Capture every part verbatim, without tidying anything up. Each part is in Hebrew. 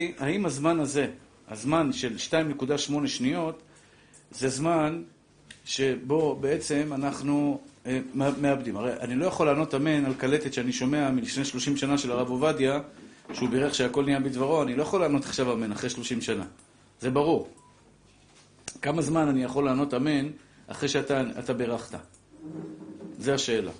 האם הזמן הזה, הזמן של שתיים נקודה שמונה שניות, זה זמן שבו בעצם אנחנו אה, מאבדים. הרי אני לא יכול לענות אמן על קלטת שאני שומע מלפני שלושים שנה של הרב עובדיה, שהוא בירך שהכל נהיה בדברו, אני לא יכול לענות עכשיו אמן אחרי שלושים שנה. זה ברור. כמה זמן אני יכול לענות אמן אחרי שאתה אתה בירכת? זה השאלה.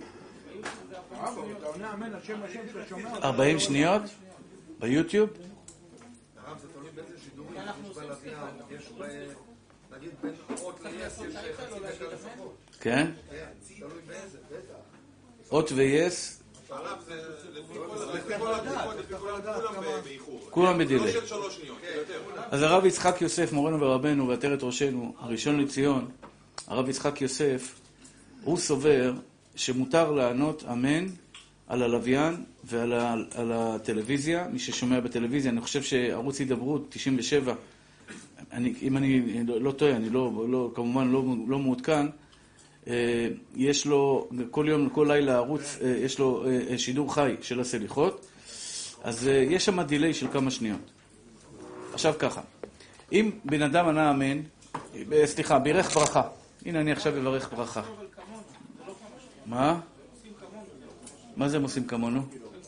ארבעים שניות? ביוטיוב? הרב, זה תלוי באיזה שידורים, יש בלוויין, יש ב... נגיד בין אות ויס, יש חצי דקה לפחות. כן? תלוי באיזה, בטח. אות ויס? הרב, זה לפי כל הדעת, לפי כל הדעת, כולם באיחור. כולם בדילי. לא של שלוש שניות, יותר. אז הרב יצחק יוסף, מורנו ורבנו ועטרת ראשנו, הראשון לציון, הרב יצחק יוסף, הוא סובר שמותר לענות אמן על הלוויין ועל ה, על הטלוויזיה. מי ששומע בטלוויזיה, אני חושב שערוץ הידברות תשעים ושבע, אני, אם אני לא, לא טועה, אני לא, לא, כמובן לא, לא מעודכן, אה, יש לו כל יום, כל לילה ערוץ, אה, יש לו אה, שידור חי של הסליחות, אז אה, יש שם דילי של כמה שניות. עכשיו ככה, אם בן אדם ענה אמן, אה, סליחה, בירך ברכה, הנה אני עכשיו אברך ברכה. מה? מה זה הם עושים כמונו?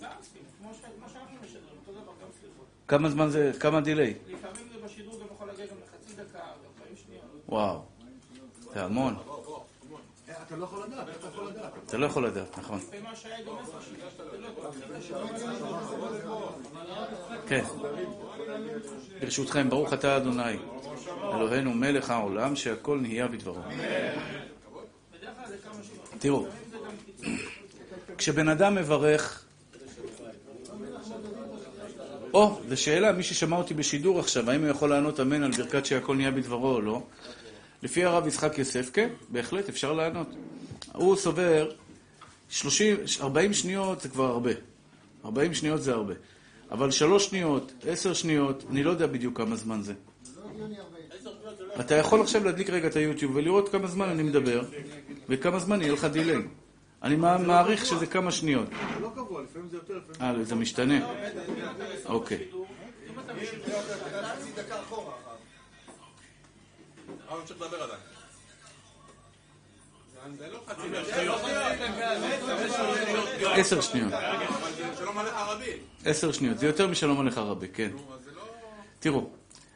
כמה זמן זה, כמה דילי? לפעמים זה בשידור גם יכול להגיע גם לחצי דקה, ארבעים שניות. וואו, זה המון. אתה לא יכול לדעת, אתה יכול לדעת. אתה לא יכול לדעת, נכון. ומה שהיה גם עשר שניות. כן. ברשותכם, ברוך אתה אדוני, אלוהינו מלך העולם, שהכל נהיה בדברו. תראו, כשבן אדם מברך, או, זו שאלה, מי ששמע אותי בשידור עכשיו, האם הוא יכול לענות אמן על ברכת שהכל נהיה בדברו או לא? לפי הרב יצחק יוסף, כן, בהחלט אפשר לענות. הוא סובר, שלושים, ארבעים שניות זה כבר הרבה. ארבעים שניות זה הרבה. אבל שלוש שניות, עשר שניות, אני לא יודע בדיוק כמה זמן זה. אתה יכול עכשיו להדליק רגע את היוטיוב ולראות כמה זמן אני מדבר, וכמה זמן יהיה לך דילי. אני מעריך שזה כמה שניות. זה לא קבוע, לפעמים זה יותר, לפעמים... אה, זה משתנה. אוקיי. חצי דקה אחורה. אבל אני צריך לדבר עדיין. זה לא חצי דקה. עשר שניות. אבל שלום עליך רבי. עשר שניות. זה יותר משלום עליך רבי, כן. תראו.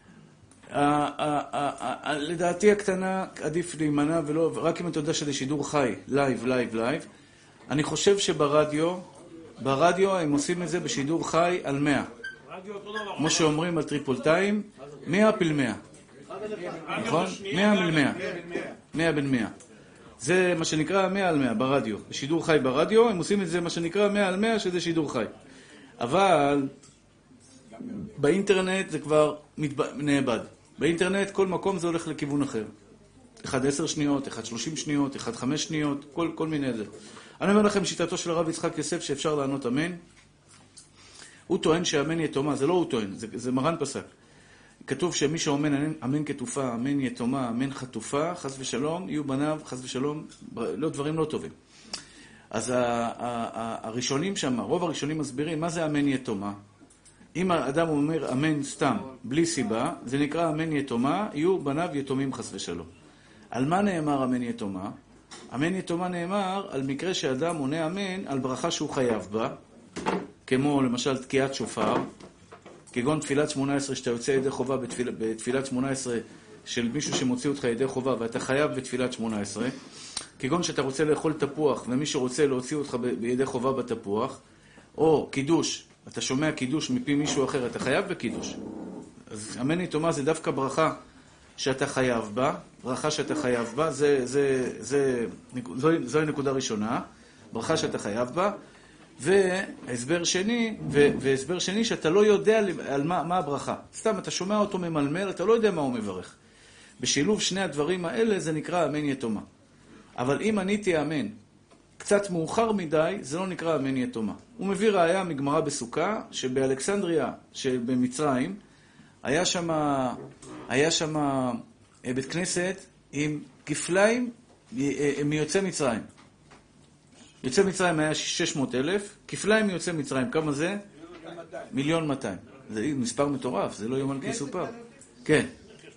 לדעתי הקטנה עדיף להימנע, רק אם אתה יודע שזה שידור חי, לייב, לייב, לייב. אני חושב שברדיו, ברדיו הם עושים את זה בשידור חי על מאה. כמו שאומרים על טריפולטאים, מאה פיל מאה. נכון? מאה מיל מאה. מאה בין מאה. זה מה שנקרא מאה על מאה ברדיו. בשידור חי ברדיו הם עושים את זה מה שנקרא מאה על מאה, שזה שידור חי. אבל באינטרנט זה כבר נאבד. באינטרנט כל מקום זה הולך לכיוון אחר. אחד עשר שניות, אחד שלושים שניות, אחד חמש שניות, כל, כל מיני זה. אני אומר לכם שיטתו של הרב יצחק יוסף שאפשר לענות אמן. הוא טוען שאמן יתומה, זה לא הוא טוען, זה, זה מרן פסק. כתוב שמי שאומן אמן כתופה, אמן יתומה, אמן חטופה, חס ושלום, יהיו בניו, חס ושלום, לא דברים לא טובים. אז ה, ה, ה, הראשונים שם, רוב הראשונים מסבירים, מה זה אמן יתומה? אם האדם אומר אמן סתם, בלי סיבה, זה נקרא אמן יתומה, יהיו בניו יתומים חס ושלום. על מה נאמר אמן יתומה? אמן יתומה נאמר על מקרה שאדם עונה אמן על ברכה שהוא חייב בה, כמו למשל תקיעת שופר, כגון תפילת שמונה עשרה, שאתה יוצא ידי חובה בתפיל, בתפילת שמונה עשרה של מישהו שמוציא אותך ידי חובה ואתה חייב בתפילת שמונה עשרה, כגון שאתה רוצה לאכול תפוח ומי שרוצה להוציא אותך בידי חובה בתפוח, או קידוש, אתה שומע קידוש מפי מישהו אחר, אתה חייב בקידוש. אז אמן יתומה זה דווקא ברכה שאתה חייב בה, ברכה שאתה חייב בה, זה, זה, זה, זוהי, זוהי נקודה ראשונה, ברכה שאתה חייב בה, והסבר שני, והסבר שני שאתה לא יודע על מה, מה הברכה. סתם, אתה שומע אותו ממלמל, אתה לא יודע מה הוא מברך. בשילוב שני הדברים האלה זה נקרא אמן יתומה. אבל אם עניתי אמן קצת מאוחר מדי, זה לא נקרא אמן יתומה. הוא מביא ראיה מגמרא בסוכה, שבאלכסנדריה, שבמצרים, היה שם, היה שם בית כנסת עם כפליים מיוצא מצרים. יוצא מצרים היה שש מאות אלף, כפליים מיוצא מצרים, כמה זה? מיליון מאתיים. זה מספר מטורף, זה לא יומן כי יסופר. כן.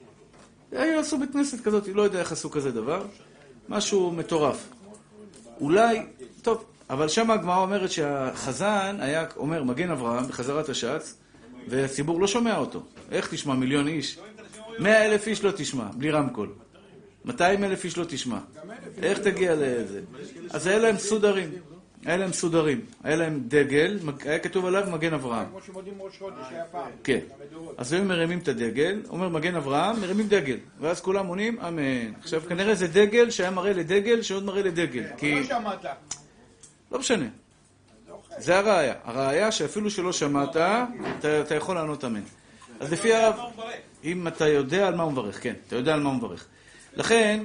היו עשו בית כנסת כזאת, לא יודע איך עשו כזה דבר. משהו מטורף. אולי, טוב, אבל שם הגמרא אומרת שהחזן היה אומר מגן אברהם בחזרת השץ, והציבור לא שומע אותו. איך תשמע מיליון איש? מאה אלף איש לא תשמע, בלי רמקול. מאתיים אלף איש לא תשמע. איך תגיע לזה? אז היה להם סודרים. היה להם סודרים. היה להם דגל, היה כתוב עליו מגן אברהם. כמו שמודים ראש חודש, היה פעם. כן. אז הם מרימים את הדגל, אומר מגן אברהם, מרימים דגל. ואז כולם עונים, אמן. עכשיו כנראה זה דגל שהיה מראה לדגל, שעוד מראה לדגל. כי... לא שמעת. לא משנה. זה הראיה. הראיה שאפילו שלא שמעת, אתה, אתה יכול לענות אמן. אז לפי הרב, אם אתה יודע על מה הוא מברך, כן, אתה יודע על מה הוא מברך. לכן,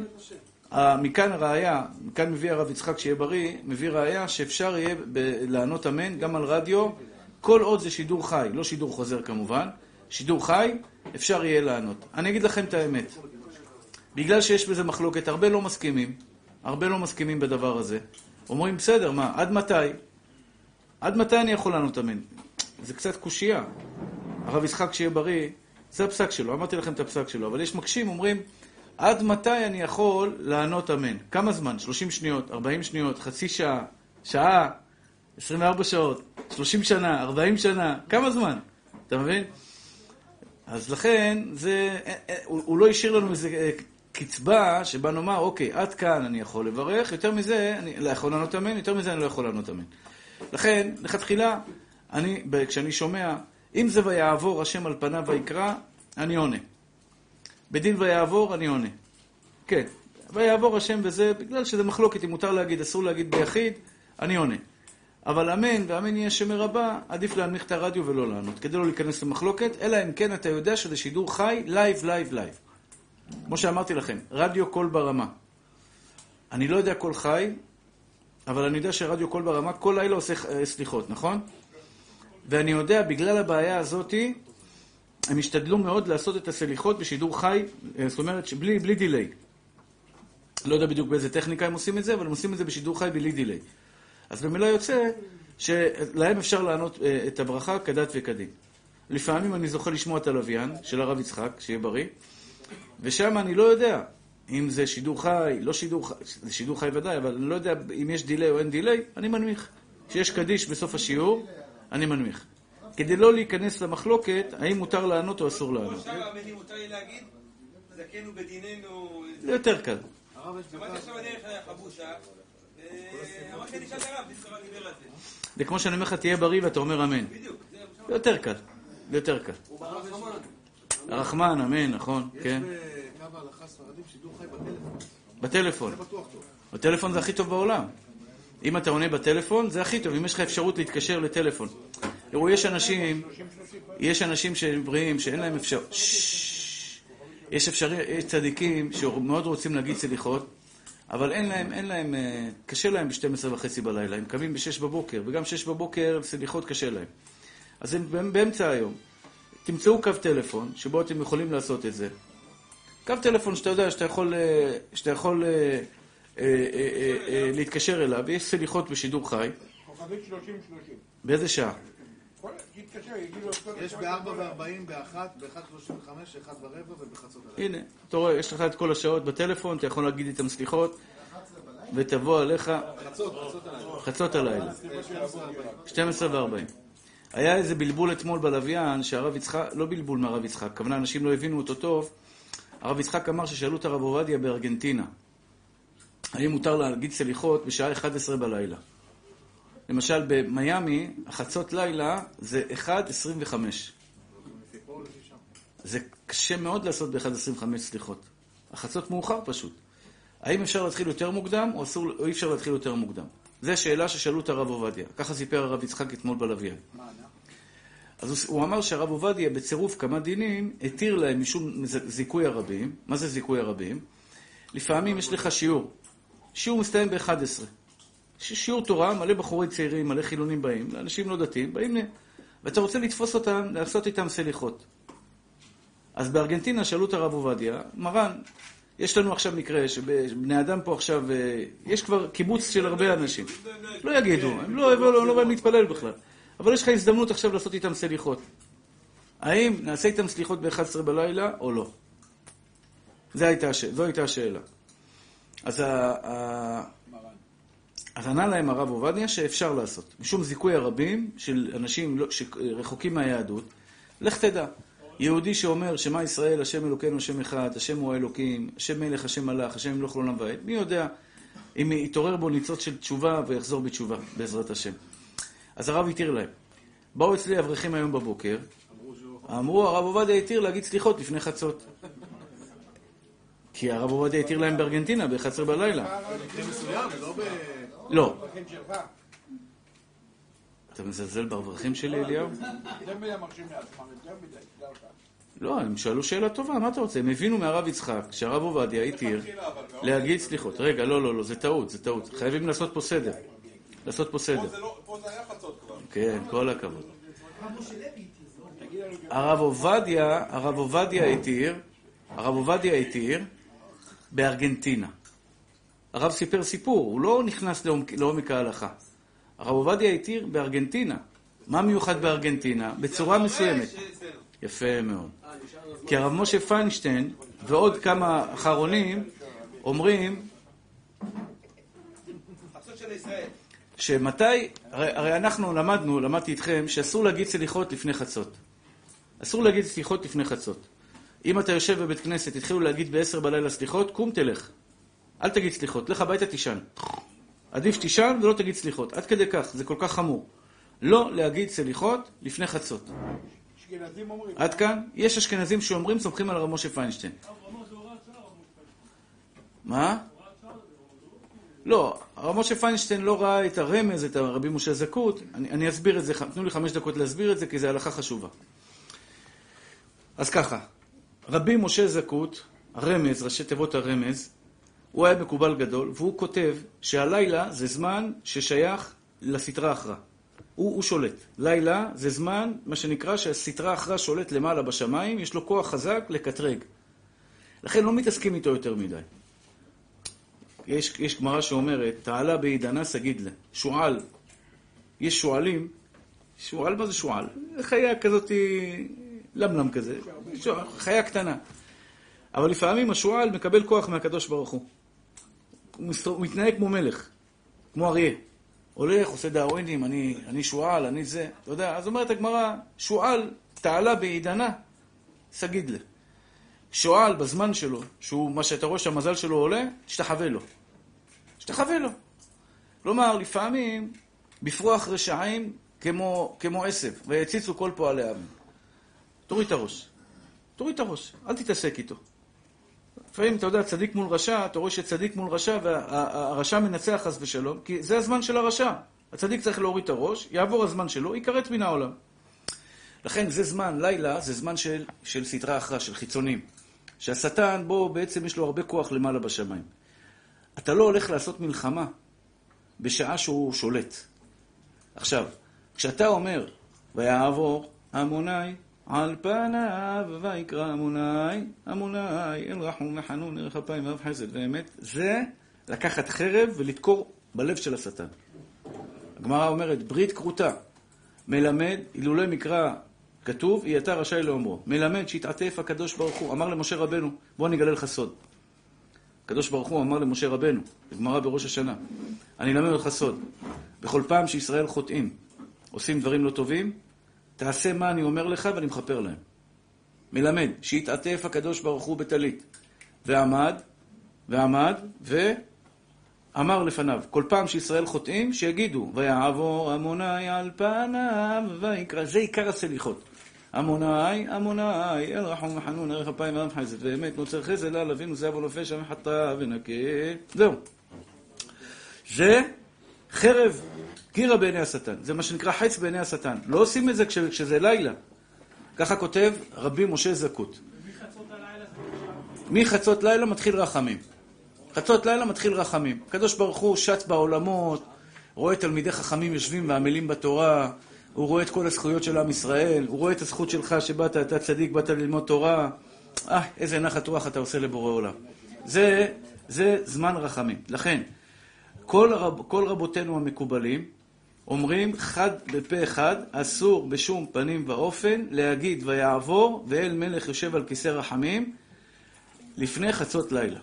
מכאן הראיה, מכאן מביא הרב יצחק שיהיה בריא, מביא ראיה שאפשר יהיה לענות אמן גם על רדיו, כל עוד זה שידור חי, לא שידור חוזר כמובן, שידור חי, אפשר יהיה לענות. אני אגיד לכם את האמת. בגלל שיש בזה מחלוקת, הרבה לא מסכימים, הרבה לא מסכימים בדבר הזה. אומרים, בסדר, מה, עד מתי? עד מתי אני יכול לענות אמן? זה קצת קושייה. הרב יצחק שיהיה בריא, זה הפסק שלו, אמרתי לכם את הפסק שלו, אבל יש מקשים, אומרים, עד מתי אני יכול לענות אמן? כמה זמן? שלושים שניות, ארבעים שניות, חצי שעה, שעה, עשרים וארבע שעות, שלושים שנה, ארבעים שנה, כמה זמן? אתה מבין? אז לכן, זה, הוא, הוא לא השאיר לנו איזה קצבה שבה נאמר, אוקיי, עד כאן אני יכול לברך, יותר מזה אני לא יכול לענות אמן, יותר מזה אני לא יכול לענות אמן. לכן, לכתחילה, אני, כשאני שומע, אם זה ויעבור השם על פניו ויקרא, אני עונה. בדין ויעבור, אני עונה. כן, ויעבור השם וזה, בגלל שזה מחלוקת, אם מותר להגיד, אסור להגיד ביחיד, אני עונה. אבל אמן, ואמן יהיה שמר הבא, עדיף להנמיך את הרדיו ולא לענות, כדי לא להיכנס למחלוקת, אלא אם כן אתה יודע שזה שידור חי, לייב, לייב, לייב. כמו שאמרתי לכם, רדיו קול ברמה. אני לא יודע קול חי, אבל אני יודע שרדיו קול ברמה, כל לילה עושה סליחות, נכון? ואני יודע, בגלל הבעיה הזאת, הם השתדלו מאוד לעשות את הסליחות בשידור חי, זאת אומרת, בלי, בלי דילי. לא יודע בדיוק באיזה טכניקה הם עושים את זה, אבל הם עושים את זה בשידור חי בלי דילי. אז במילה יוצא שלהם אפשר לענות את הברכה כדת וכדין. לפעמים אני זוכה לשמוע את הלוויין של הרב יצחק, שיהיה בריא, ושם אני לא יודע אם זה שידור חי, לא שידור חי, זה שידור חי ודאי, אבל אני לא יודע אם יש דילי או אין דילי, אני מנמיך. כשיש קדיש בסוף השיעור, אני מנמיך. כדי לא להיכנס למחלוקת, האם מותר לענות או אסור לענות. עכשיו המנים מותר לי להגיד, זכנו בדיננו... זה יותר קל. אמרתי עכשיו הדרך חבושה, ואמרתי אני שאל הרב, בסדר דיבר על זה. זה כמו שאני אומר לך, תהיה בריא ואתה אומר אמן. בדיוק. זה יותר קל. זה יותר קל. הרחמן, אמן, נכון, כן. יש בקו ההלכה ספרדים שידור חי בטלפון. בטלפון. זה בטוח טוב. בטלפון זה הכי טוב בעולם. אם אתה עונה בטלפון, זה הכי טוב. אם יש לך אפשרות להתקשר לטלפון. תראו, יש אנשים, יש אנשים שבריאים, שאין להם אפשרות. יש אפשרי, יש צדיקים שמאוד רוצים להגיד סליחות, אבל אין להם, אין להם, קשה להם ב-שתים עשרה וחצי בלילה. הם קמים ב-שש בבוקר, וגם שש בבוקר סליחות קשה להם. אז הם באמצע היום. תמצאו קו טלפון, שבו אתם יכולים לעשות את זה. קו טלפון שאתה יודע, שאתה יכול, שאתה יכול להתקשר אליו, ויש סליחות בשידור חי. כוכבית שלושים שלושים. באיזה שעה? תתקשר, יגידו... יש ב-ארבע וארבעים, ב-אחת, ב-אחת שלושים וחמש, ב-אחת ורבע ובחצות הלילה. הנה, אתה רואה, יש לך את כל השעות בטלפון, אתה יכול להגיד איתם סליחות, ותבוא עליך... חצות, חצות הלילה. חצות הלילה. שתים עשרה וארבעים. היה איזה בלבול אתמול בלוויין, שהרב יצחק, לא בלבול מהרב יצחק, כוונה אנשים לא הבינו אותו טוב, הרב יצחק אמר ששאלו את הרב עובדיה בארגנטינה, האם מותר להגיד סליחות בשעה אחת עשרה בלילה. למשל במיימי, החצות לילה זה אחת עשרים וחמש. זה קשה מאוד לעשות ב-אחת עשרים וחמש סליחות. החצות מאוחר פשוט. האם אפשר להתחיל יותר מוקדם או, אסור, או אי אפשר להתחיל יותר מוקדם? זו שאלה ששאלו את הרב עובדיה. ככה סיפר הרב יצחק אתמול בלוויין. אז הוא אמר שהרב עובדיה בצירוף כמה דינים התיר להם משום זיכוי הרבים. מה זה זיכוי הרבים? לפעמים יש לך שיעור. שיעור מסתיים ב-אחת עשרה. שיעור תורה, מלא בחורי צעירים, מלא חילונים באים, לאנשים לא דתיים, באים, ואתה רוצה לתפוס אותם, לעשות איתם סליחות. אז בארגנטינה שאלו את הרב עובדיה, מרן, יש לנו עכשיו מקרה שבני אדם פה עכשיו, יש כבר קיבוץ של הרבה אנשים. לא יגידו, הם לא באים להתפלל בכלל. אבל יש לך הזדמנות עכשיו לעשות איתם סליחות. האם נעשה איתם סליחות ב-אחת עשרה בלילה או לא? זו הייתה, זו הייתה השאלה. אז ה... ה... אז ענה להם הרב עובדיה שאפשר לעשות. משום זיכוי הרבים של אנשים שרחוקים מהיהדות, לך תדע. יהודי שאומר שמה ישראל, השם אלוקינו, השם אחד, השם הוא האלוקים, השם מלך, השם מלך, השם ימלוך לעולם ועד, מי יודע אם יתעורר בו ניצוץ של תשובה ויחזור בתשובה, בעזרת השם. אז הרב התיר להם. באו אצלי אברכים היום בבוקר, אמרו, הרב עובדיה התיר להגיד סליחות לפני חצות. כי הרב עובדיה התיר להם בארגנטינה ב-אחת עשרה בלילה. לא. אתה מזלזל באברכים שלי, אליהו? לא, הם שאלו שאלה טובה, מה אתה רוצה? הם הבינו מהרב יצחק שהרב עובדיה התיר להגיד סליחות. רגע, לא, לא, לא, זה טעות, זה טעות. חייבים לעשות פה סדר. לעשות פה סדר. פה זה היה חצות כבר. כן, כל הכבוד. הרב עובדיה, הרב עובדיה התיר, הרב עובדיה התיר בארגנטינה. הרב סיפר סיפור, הוא לא נכנס לעומק ההלכה. הרב עובדיה התיר בארגנטינה. מה מיוחד בארגנטינה? בצורה מסוימת. יפה מאוד. כי הרב משה פיינשטיין ועוד כמה אחרונים אומרים שמתי, הרי, הרי אנחנו למדנו, למדתי איתכם, שאסור להגיד סליחות לפני חצות. אסור להגיד סליחות לפני חצות. אם אתה יושב בבית כנסת, התחילו להגיד בעשר בלילה סליחות, קום תלך. אל תגיד סליחות, לך הביתה תישן. עדיף תישן ולא תגיד סליחות. עד כדי כך, זה כל כך חמור. לא להגיד סליחות לפני חצות. עד כאן, יש אשכנזים שאומרים, סומכים על הרב משה פיינשטיין. מה? לא, הרב משה פיינשטיין לא ראה את הרמז, את הרבי משה זקות. אני, אני אסביר את זה, תנו לי חמש דקות להסביר את זה, כי זה הלכה חשובה. אז ככה, רבי משה זקות, הרמז, ראשי תיבות הרמז, הוא היה מקובל גדול, והוא כותב שהלילה זה זמן ששייך לסתרה אחרה. הוא, הוא שולט. לילה זה זמן, מה שנקרא, שהסתרה אחרה שולט למעלה בשמיים, יש לו כוח חזק לקטרג. לכן לא מתעסקים איתו יותר מדי. יש, יש גמרא שאומרת, תעלה בעידנה סגיד לה. שועל. יש שועלים. שועל, מה זה שועל? חיה כזאת, למלם כזה. שועל, חיה קטנה. אבל לפעמים השועל מקבל כוח מהקדוש ברוך הוא. הוא מתנהג כמו מלך. כמו אריה. הולך, עושה דאווינים, אני, אני שועל, אני זה. אתה יודע, אז אומרת הגמרא, שועל, תעלה בעידנה סגיד לה. שועל בזמן שלו, שהוא מה שאתה רואה שהמזל שלו עולה, שתחווה לו. שתחווה לו. כלומר, לפעמים, בפרוח רשעים כמו, כמו עשב, ויציצו כל פועלי העם. תוריד את הראש. תוריד את הראש. אל תתעסק איתו. לפעמים, אתה יודע, צדיק מול רשע, אתה רואה שצדיק מול רשע, והרשע מנצח חס ושלום, כי זה הזמן של הרשע. הצדיק צריך להוריד את הראש, יעבור הזמן שלו, יקראת מן העולם. לכן זה זמן, לילה, זה זמן של, של סתרה אחרה, של חיצונים. שהשטן בו בעצם יש לו הרבה כוח למעלה בשמיים. אתה לא הולך לעשות מלחמה בשעה שהוא שולט. עכשיו, כשאתה אומר, ויעבור עמוני על פניו ויקרא עמוני, עמוני אל רחום וחנון ערך אפיים ואב חסד ואמת, זה לקחת חרב ולדקור בלב של השטן. הגמרא אומרת, ברית כרותה, מלמד, אילולא מקרא כתוב, היא אתה רשאי לאומרו. מלמד שהתעטף הקדוש ברוך הוא, אמר למשה רבנו, בוא אני אגלה לך סוד. הקדוש ברוך הוא אמר למשה רבנו, בגמרא בראש השנה, אני אלמד אותך סוד. בכל פעם שישראל חוטאים, עושים דברים לא טובים, תעשה מה אני אומר לך ואני מחפר להם. מלמד שהתעטף הקדוש ברוך הוא בטלית, ועמד, ועמד, ואמר לפניו, כל פעם שישראל חוטאים, שיגידו, ויעבור עמוני על פניו, ויקרא, זה עיקר הסליחות. עמוני, עמוני, אל רחום וחנון, ערך אפיים ואב חסד, ואמת נוצר חסד, לה לבינו זהב ולפשע מחטא ונקה. זהו. זה חרב גירה בעיני השטן. זה מה שנקרא חץ בעיני השטן. לא עושים את זה כש, כשזה לילה. ככה כותב רבי משה זקות. מחצות הלילה מחצות לילה מתחיל רחמים. חצות לילה מתחיל רחמים. הקדוש ברוך הוא שט בעולמות, רואה תלמידי חכמים יושבים ועמלים בתורה, הוא רואה את כל הזכויות של עם ישראל, הוא רואה את הזכות שלך שבאת, אתה צדיק, באת ללמוד תורה. אה, איזה נחת רוח אתה עושה לבורא עולם. זה, זה זמן רחמים. לכן, כל, רב, כל רבותינו המקובלים, אומרים חד בפה אחד, אסור בשום פנים ואופן להגיד ויעבור ואל מלך יושב על כיסא רחמים לפני חצות לילה.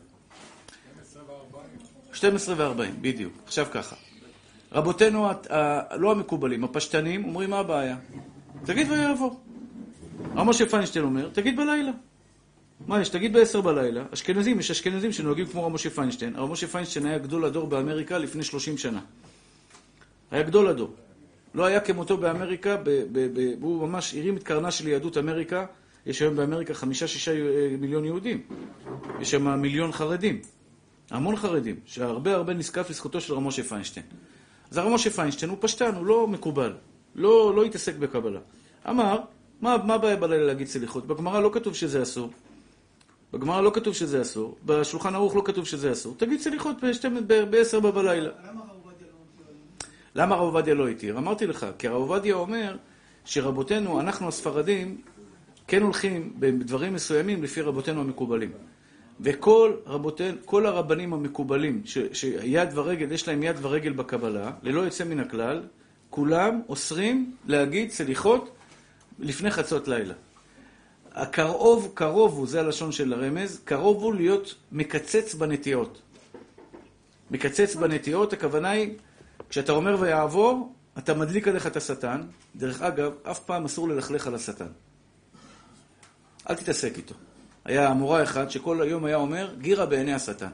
שתים עשרה וארבעים, בדיוק. עכשיו ככה. רבותינו, לא המקובלים, הפשטנים, אומרים מה הבעיה? תגיד ויעבור. הרב משה פיינשטיין אומר, תגיד בלילה. מה יש? תגיד בעשר בלילה. אשכנזים, יש אשכנזים שנוהגים כמו הרב משה פיינשטיין. הרב משה פיינשטיין היה גדול הדור באמריקה לפני שלושים שנה. היה גדול הדור. לא היה כמותו באמריקה, ב- ב- ב- הוא ממש הרים את קרנה של יהדות אמריקה. יש היום באמריקה חמישה, שישה מיליון יהודים. יש שם מיליון חרדים. המון חרדים, שהרבה הרבה נזקף לזכותו של הרב משה פיינשטיין. אז הרב משה פיינשטיין הוא פשטן, הוא לא מקובל. לא, לא התעסק בקבלה. אמר, מה, מה הבעיה בלילה להגיד סליחות? בגמרא לא כתוב שזה אסור. בגמרא לא כתוב שזה אסור. בשולחן ערוך לא כתוב שזה אסור. תגיד סליחות בעשר בלילה. למה הרב עובדיה לא התיר? אמרתי לך, כי הרב עובדיה אומר שרבותינו, אנחנו הספרדים, כן הולכים בדברים מסוימים לפי רבותינו המקובלים. וכל רבותינו, כל הרבנים המקובלים, ש, שיד ורגל, יש להם יד ורגל בקבלה, ללא יוצא מן הכלל, כולם אוסרים להגיד סליחות לפני חצות לילה. הקרוב, קרוב הוא, זה הלשון של הרמז, קרוב הוא להיות מקצץ בנטיעות. מקצץ בנטיעות, הכוונה היא, כשאתה אומר ויעבור, אתה מדליק עליך את השטן. דרך אגב, אף פעם אסור ללכלך על השטן. אל תתעסק איתו. היה מורה אחד שכל היום היה אומר, גירה בעיני השטן.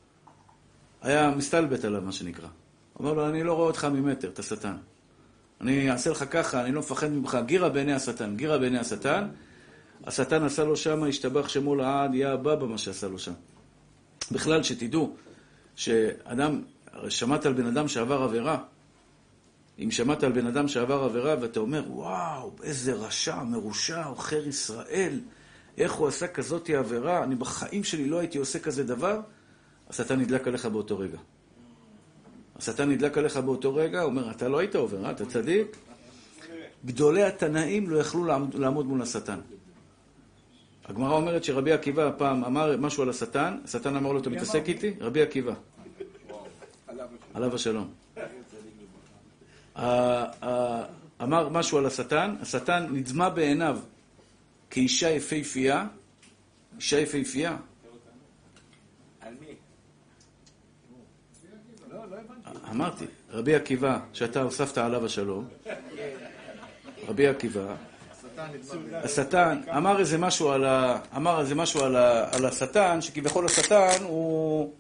היה מסתלבט עליו, מה שנקרא. אומר לו, אני לא רואה אותך ממטר, את השטן. אני אעשה לך ככה, אני לא מפחד ממך, גירה בעיני השטן, גירה בעיני השטן. השטן עשה לו שם, השתבח שמו לעד, יהיה הבא במה שעשה לו שם. בכלל, שתדעו, שאדם, שמעת על בן אדם שעבר עבירה, אם שמעת על בן אדם שעבר עבירה, ואתה אומר, וואו, איזה רשע, מרושע, עוכר ישראל, איך הוא עשה כזאת עבירה, אני בחיים שלי לא הייתי עושה כזה דבר, השטן נדלק עליך באותו רגע. השטן נדלק עליך באותו רגע, הוא אומר, אתה לא היית עובר, אתה צדיק? גדולי התנאים לא יכלו לעמוד מול השטן. הגמרא אומרת שרבי עקיבא פעם אמר משהו על השטן, השטן אמר לו, אתה מתעסק איתי? רבי עקיבא. עליו השלום. אמר משהו על השטן, השטן נדמה בעיניו כאישה יפהפייה, אישה יפהפייה. על מי? אמרתי, רבי עקיבא, שאתה הוספת עליו השלום, רבי עקיבא, השטן אמר איזה משהו על ה... אמר איזה משהו על ה... על השטן, שכביכול השטן הוא...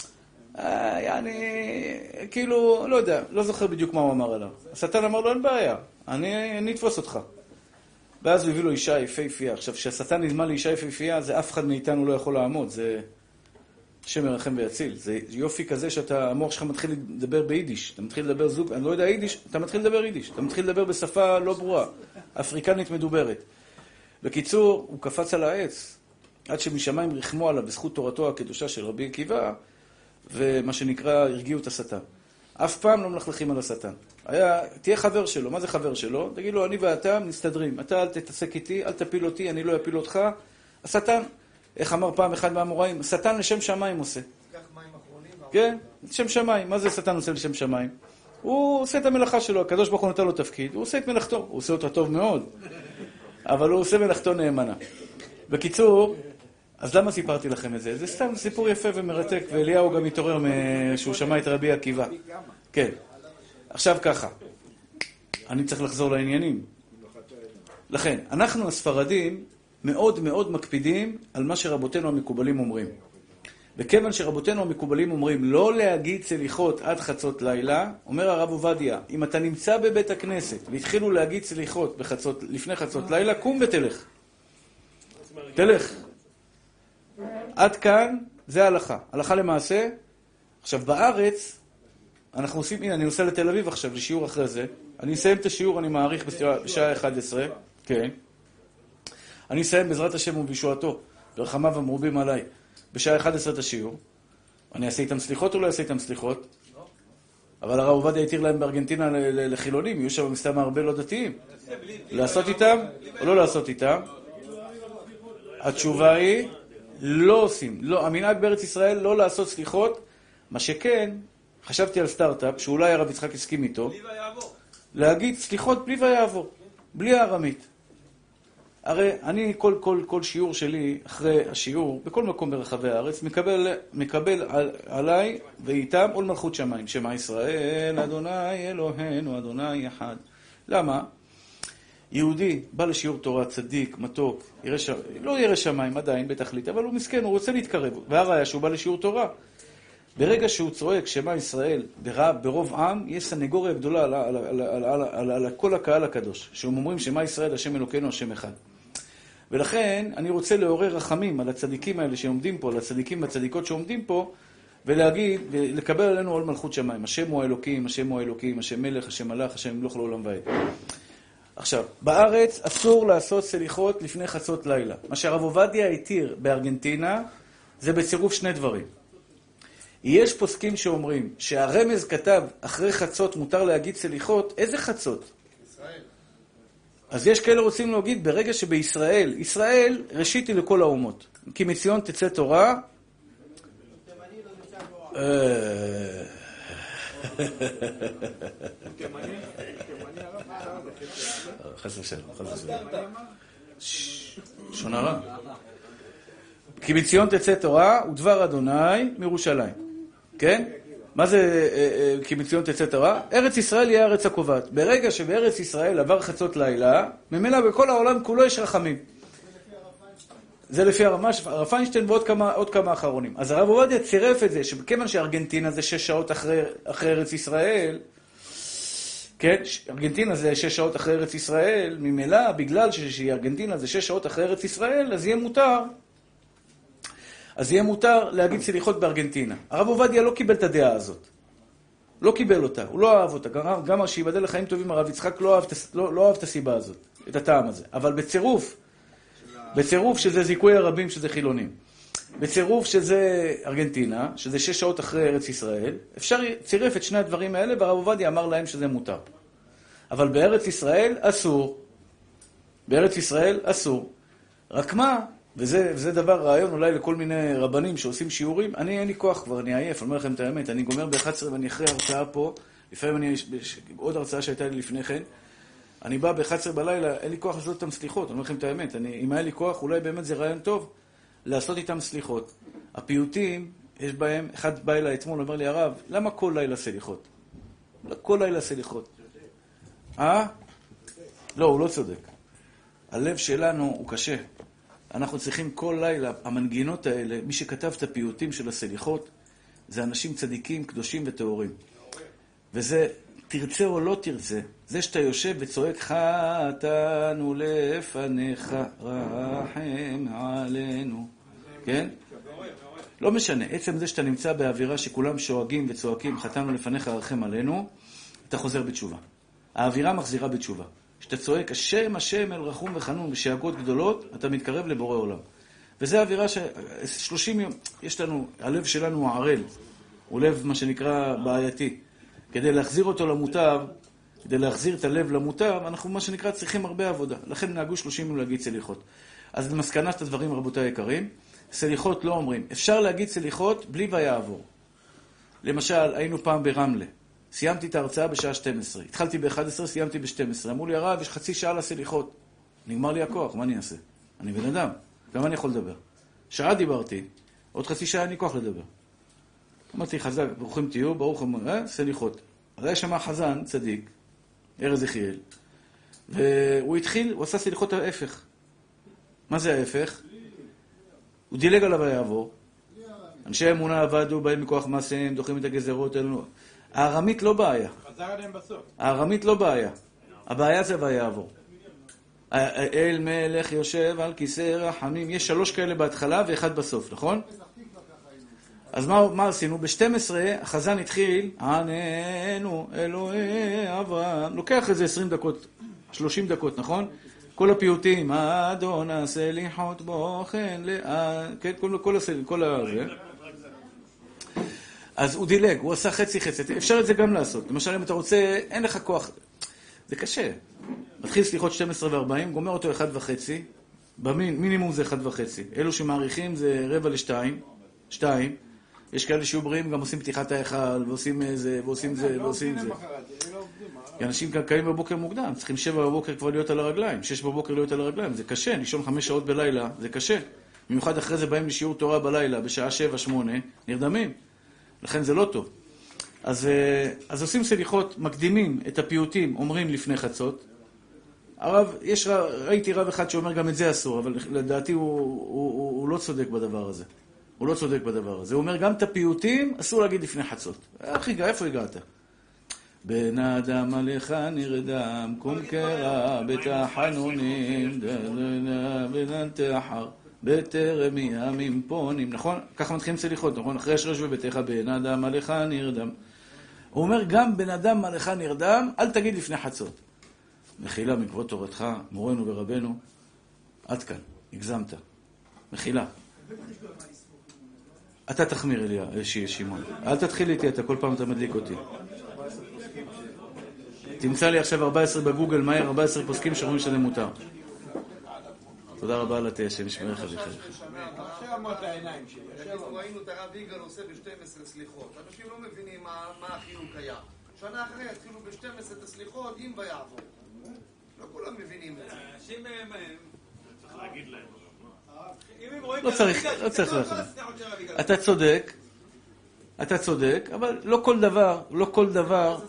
אני... כאילו, לא יודע, לא זוכר בדיוק מה הוא אמר עליו. השטן אמר לו, אין בעיה, אני, אני אתפוס אותך. ואז הוא הביא לו אישה יפהפייה. עכשיו, כשהשטן נדמה לאישה יפהפייה, זה אף אחד מאיתנו לא יכול לעמוד. זה השם ירחם ויציל. זה יופי כזה שאתה, המוח שלך מתחיל לדבר ביידיש. אתה מתחיל לדבר זוג, אני לא יודע יידיש, אתה מתחיל לדבר יידיש. אתה מתחיל לדבר בשפה לא ברורה, אפריקנית מדוברת. בקיצור, הוא קפץ על העץ, עד שמשמיים רחמו עליו בזכות תורתו הקדושה של רבי עקיבא, ומה שנקרא, הרגיעו את השטן. אף פעם לא מלכלכים על השטן. היה, תהיה חבר שלו. מה זה חבר שלו? תגיד לו, אני ואתה מסתדרים. אתה אל תתעסק איתי, אל תפיל אותי, אני לא אפיל אותך. השטן, איך אמר פעם אחד מהאמוראים? השטן לשם שמיים עושה. תיקח מים אחרונים. כן? לשם שמיים. מה זה השטן עושה לשם שמיים? הוא עושה את המלאכה שלו. הקדוש ברוך הוא נתן לו תפקיד. הוא עושה את מלאכתו. הוא עושה אותה טוב מאוד. אבל הוא עושה מלאכתו נאמנה. בקיצור, אז למה סיפרתי לכם את זה? זה סתם סיפור יפה ומרתק, ואליהו גם התעורר שהוא שמע את רבי עקיבא. כן. עכשיו ככה, אני צריך לחזור לעניינים. לכן, אנחנו הספרדים מאוד מאוד מקפידים על מה שרבותינו המקובלים אומרים. וכיוון שרבותינו המקובלים אומרים לא להגיד סליחות עד חצות לילה, אומר הרב עובדיה, אם אתה נמצא בבית הכנסת והתחילו להגיד סליחות בחצות, לפני חצות לילה, קום ותלך. תלך. עד כאן זה ההלכה. הלכה למעשה. עכשיו בארץ, אנחנו עושים, הנה אני נוסע לתל אביב עכשיו לשיעור אחרי זה. אני אסיים את השיעור, אני מעריך בשעה אחת עשרה. כן. אני אסיים בעזרת השם ובישועתו, ברחמיו המרובים עליי, בשעה אחת עשרה את השיעור. אני אעשה איתם סליחות או לא אעשה איתם סליחות? אבל הרב עובדיה התיר להם בארגנטינה לחילונים, יהיו שם מסתם הרבה לא דתיים. לעשות איתם או לא לעשות איתם? התשובה היא, לא עושים. לא, המנהג בארץ ישראל לא לעשות סליחות, מה שכן, חשבתי על סטארט-אפ, שאולי הרב יצחק הסכים איתו, בלי ויעבור. להגיד סליחות בלי ויעבור, בלי הארמית. הרי אני כל, כל, כל שיעור שלי, אחרי השיעור, בכל מקום ברחבי הארץ, מקבל, מקבל על, עליי ואיתם עול מלכות שמיים. שמע ישראל, אדוני אלוהינו, אדוני אחד. למה? יהודי בא לשיעור תורה, צדיק, מתוק, ירא ש... לא ירא שמיים עדיין בתכלית, אבל הוא מסכן, הוא רוצה להתקרב. והראיה שהוא בא לשיעור תורה. ברגע שהוא צועק שמע ישראל ברוב עם, יש סנגוריה גדולה על, על, על, על, על, על, על כל הקהל הקדוש, שהם אומרים שמע ישראל, השם אלוקינו, השם אחד. ולכן אני רוצה לעורר רחמים על הצדיקים האלה שעומדים פה, על הצדיקים והצדיקות שעומדים פה, ולהגיד, ולקבל עלינו עול מלכות שמיים. השם הוא האלוקים, השם הוא האלוקים, השם מלך, השם מלך, השם ימלוך לעולם ועד. עכשיו, בארץ אסור לעשות סליחות לפני חצות לילה. מה שהרב עובדיה התיר בארגנטינה, זה בצירוף שני דברים. יש פוסקים שאומרים שהרמז כתב אחרי חצות מותר להגיד סליחות, איזה חצות? ישראל. אז יש כאלה רוצים להגיד ברגע שבישראל, ישראל ראשית היא לכל האומות. כי מציון תצא תורה. חס ושלום, חס ושלום. שון הרע. כי מציון תצא תורה ודבר אדוני מירושלים. כן? מה זה כי מציון תצא תורה? ארץ ישראל היא הארץ הקובעת. ברגע שבארץ ישראל עבר חצות לילה, ממילא בכל העולם כולו יש רחמים. זה לפי הרב פיינשטיין ועוד כמה, עוד כמה אחרונים. אז הרב עובדיה צירף את זה, שכיוון שארגנטינה זה שש שעות אחרי, אחרי ארץ ישראל, כן? ארגנטינה זה שש שעות אחרי ארץ ישראל, ממילא בגלל שארגנטינה זה שש שעות אחרי ארץ ישראל, אז יהיה מותר. אז יהיה מותר להגיד סליחות בארגנטינה. הרב עובדיה לא קיבל את הדעה הזאת. לא קיבל אותה, הוא לא אהב אותה. גם, גם שיבדל לחיים טובים, הרב יצחק לא אהב, לא, לא אהב את הסיבה הזאת, את הטעם הזה. אבל בצירוף, בצירוף שזה זיכוי הרבים, שזה חילונים. בצירוף שזה ארגנטינה, שזה שש שעות אחרי ארץ ישראל, אפשר צירף את שני הדברים האלה, והרב עובדיה אמר להם שזה מותר. אבל בארץ ישראל אסור. בארץ ישראל אסור. רק מה? וזה, וזה דבר רעיון אולי לכל מיני רבנים שעושים שיעורים. אני אין לי כוח כבר, אני עייף, אני אומר לכם את האמת. אני גומר ב-אחת עשרה ואני אחרי הרצאה פה, לפעמים אני, עוד הרצאה שהייתה לי לפני כן, אני בא ב-אחת עשרה בלילה, אין לי כוח לעשות איתם סליחות. אני אומר לכם את האמת. אני, אם היה לי כוח, אולי באמת זה רעיון טוב לעשות איתם סליחות. הפיוטים, יש בהם, אחד בא אליי אתמול, אומר לי, הרב, למה כל לילה סליחות? כל לילה סליחות. אה? לא, הוא לא צודק. הלב שלנו הוא קשה. אנחנו צריכים כל לילה, המנגינות האלה, מי שכתב את הפיוטים של הסליחות, זה אנשים צדיקים, קדושים וטהורים. וזה, תרצה או לא תרצה, זה שאתה יושב וצועק, חטאנו לפניך, רחם עלינו. כן? לא משנה, עצם זה שאתה נמצא באווירה שכולם שואגים וצועקים, חטאנו לפניך, רחם עלינו, אתה חוזר בתשובה. האווירה מחזירה בתשובה. כשאתה צועק, השם, השם, אל רחום וחנון, בשאגות גדולות, אתה מתקרב לבורא עולם. וזה האווירה ש... שלושים יום, יש לנו, הלב שלנו הוא ערל, הוא לב מה שנקרא בעייתי. כדי להחזיר אותו למוטב, כדי להחזיר את הלב למוטב, אנחנו מה שנקרא צריכים הרבה עבודה. לכן נהגו שלושים יום להגיד סליחות. אז למסקנה את הדברים רבותיי היקרים, סליחות לא אומרים. אפשר להגיד סליחות בלי ויעבור. למשל, היינו פעם ברמלה. סיימתי את ההרצאה בשעה שתים עשרה. התחלתי ב-אחת עשרה, סיימתי ב-שתים עשרה. אמרו לי, הרב, יש חצי שעה לסליחות. נגמר לי הכוח, מה אני אעשה? אני בן אדם, כמה אני יכול לדבר? שעה דיברתי, עוד חצי שעה אני כוח לדבר. אמרתי, חזק, ברוכים תהיו, ברוך אמר, אה? סליחות. אז היה שם חזן, צדיק, ארז יחיאל, והוא התחיל, הוא עשה סליחות ההפך. מה זה ההפך? הוא דילג עליו ויעבור. אנשי אמונה עבדו, באים מכוח מעשיהם, דוחים את הגזרות האלו. הארמית לא בעיה. חזר עליהם בסוף. הארמית לא בעיה. הבעיה זה ויעבור. אל מלך יושב על כיסא רחמים. יש שלוש כאלה בהתחלה ואחד בסוף, נכון? אז מה, מה עשינו? ב-שתים עשרה החזן התחיל, עננו אלוהי אברהם. לוקח איזה עשרים דקות, שלושים דקות, נכון? כל הפיוטים, אדון הסליחות בוכן, כן, כל, כל, כל, כל הזה. אז הוא דילג, הוא עשה חצי חצי. אפשר את זה גם לעשות. למשל, אם אתה רוצה, אין לך כוח. זה קשה. מתחיל סליחות שתים עשרה וארבעים, גומר אותו אחד וחצי. במינימום זה אחד וחצי. אלו שמעריכים זה רבע לשתיים, שתיים. יש כאלה שיהיו בריאים, גם עושים פתיחת ההיכל, ועושים זה, ועושים זה, ועושים זה. אנשים כאן קיימים בבוקר מוקדם, צריכים שבע בבוקר כבר להיות על הרגליים, שש בבוקר להיות על הרגליים, זה קשה, לישון חמש שעות בלילה, זה קשה. במיוחד אחרי זה באים לשיעור תורה בלילה, בשעה שבע, שמונה, נרדמים. לכן זה לא טוב. אז, אז עושים סליחות, מקדימים את הפיוטים, אומרים לפני חצות. הרב, יש, ראיתי רב אחד שאומר גם את זה אסור, אבל לדעתי הוא, הוא, הוא, הוא לא צודק בדבר הזה. הוא לא צודק בדבר הזה. הוא אומר גם את הפיוטים אסור להגיד לפני חצות. איך הגע, איפה הגעת? בן האדם עליך נרדם, קום קרא בתחנונים, בן תחר, בטרם ימים פונים. נכון? ככה מתחילים סליחות, נכון? אחרי אשרש בביתך, בן האדם עליך נרדם. הוא אומר גם בן אדם עליך נרדם, אל תגיד לפני חצות. מחילה מכבוד תורתך, מורנו ורבנו, עד כאן, הגזמת. מחילה. אתה תחמיר אליה, שיהיה שמעון. אל תתחיל איתי, אתה כל פעם אתה מדליק אותי. תמצא לי עכשיו ארבע עשרה בגוגל, מהר ארבע עשרה פוסקים שאומרים שזה מותר. תודה רבה על התה, שנשמר לך לחייך. ראינו את הרב יגאל עושה ב-שתים עשרה סליחות. אנשים לא מבינים מה החילוק היה. שנה אחרי התחילו ב-שתים עשרה הסליחות, אם ויעבור. לא כולם מבינים את זה. אנשים צריך להגיד להם. לא צריך, לא צריך להגיד. אתה צודק, אתה צודק, אבל לא כל דבר, לא כל דבר...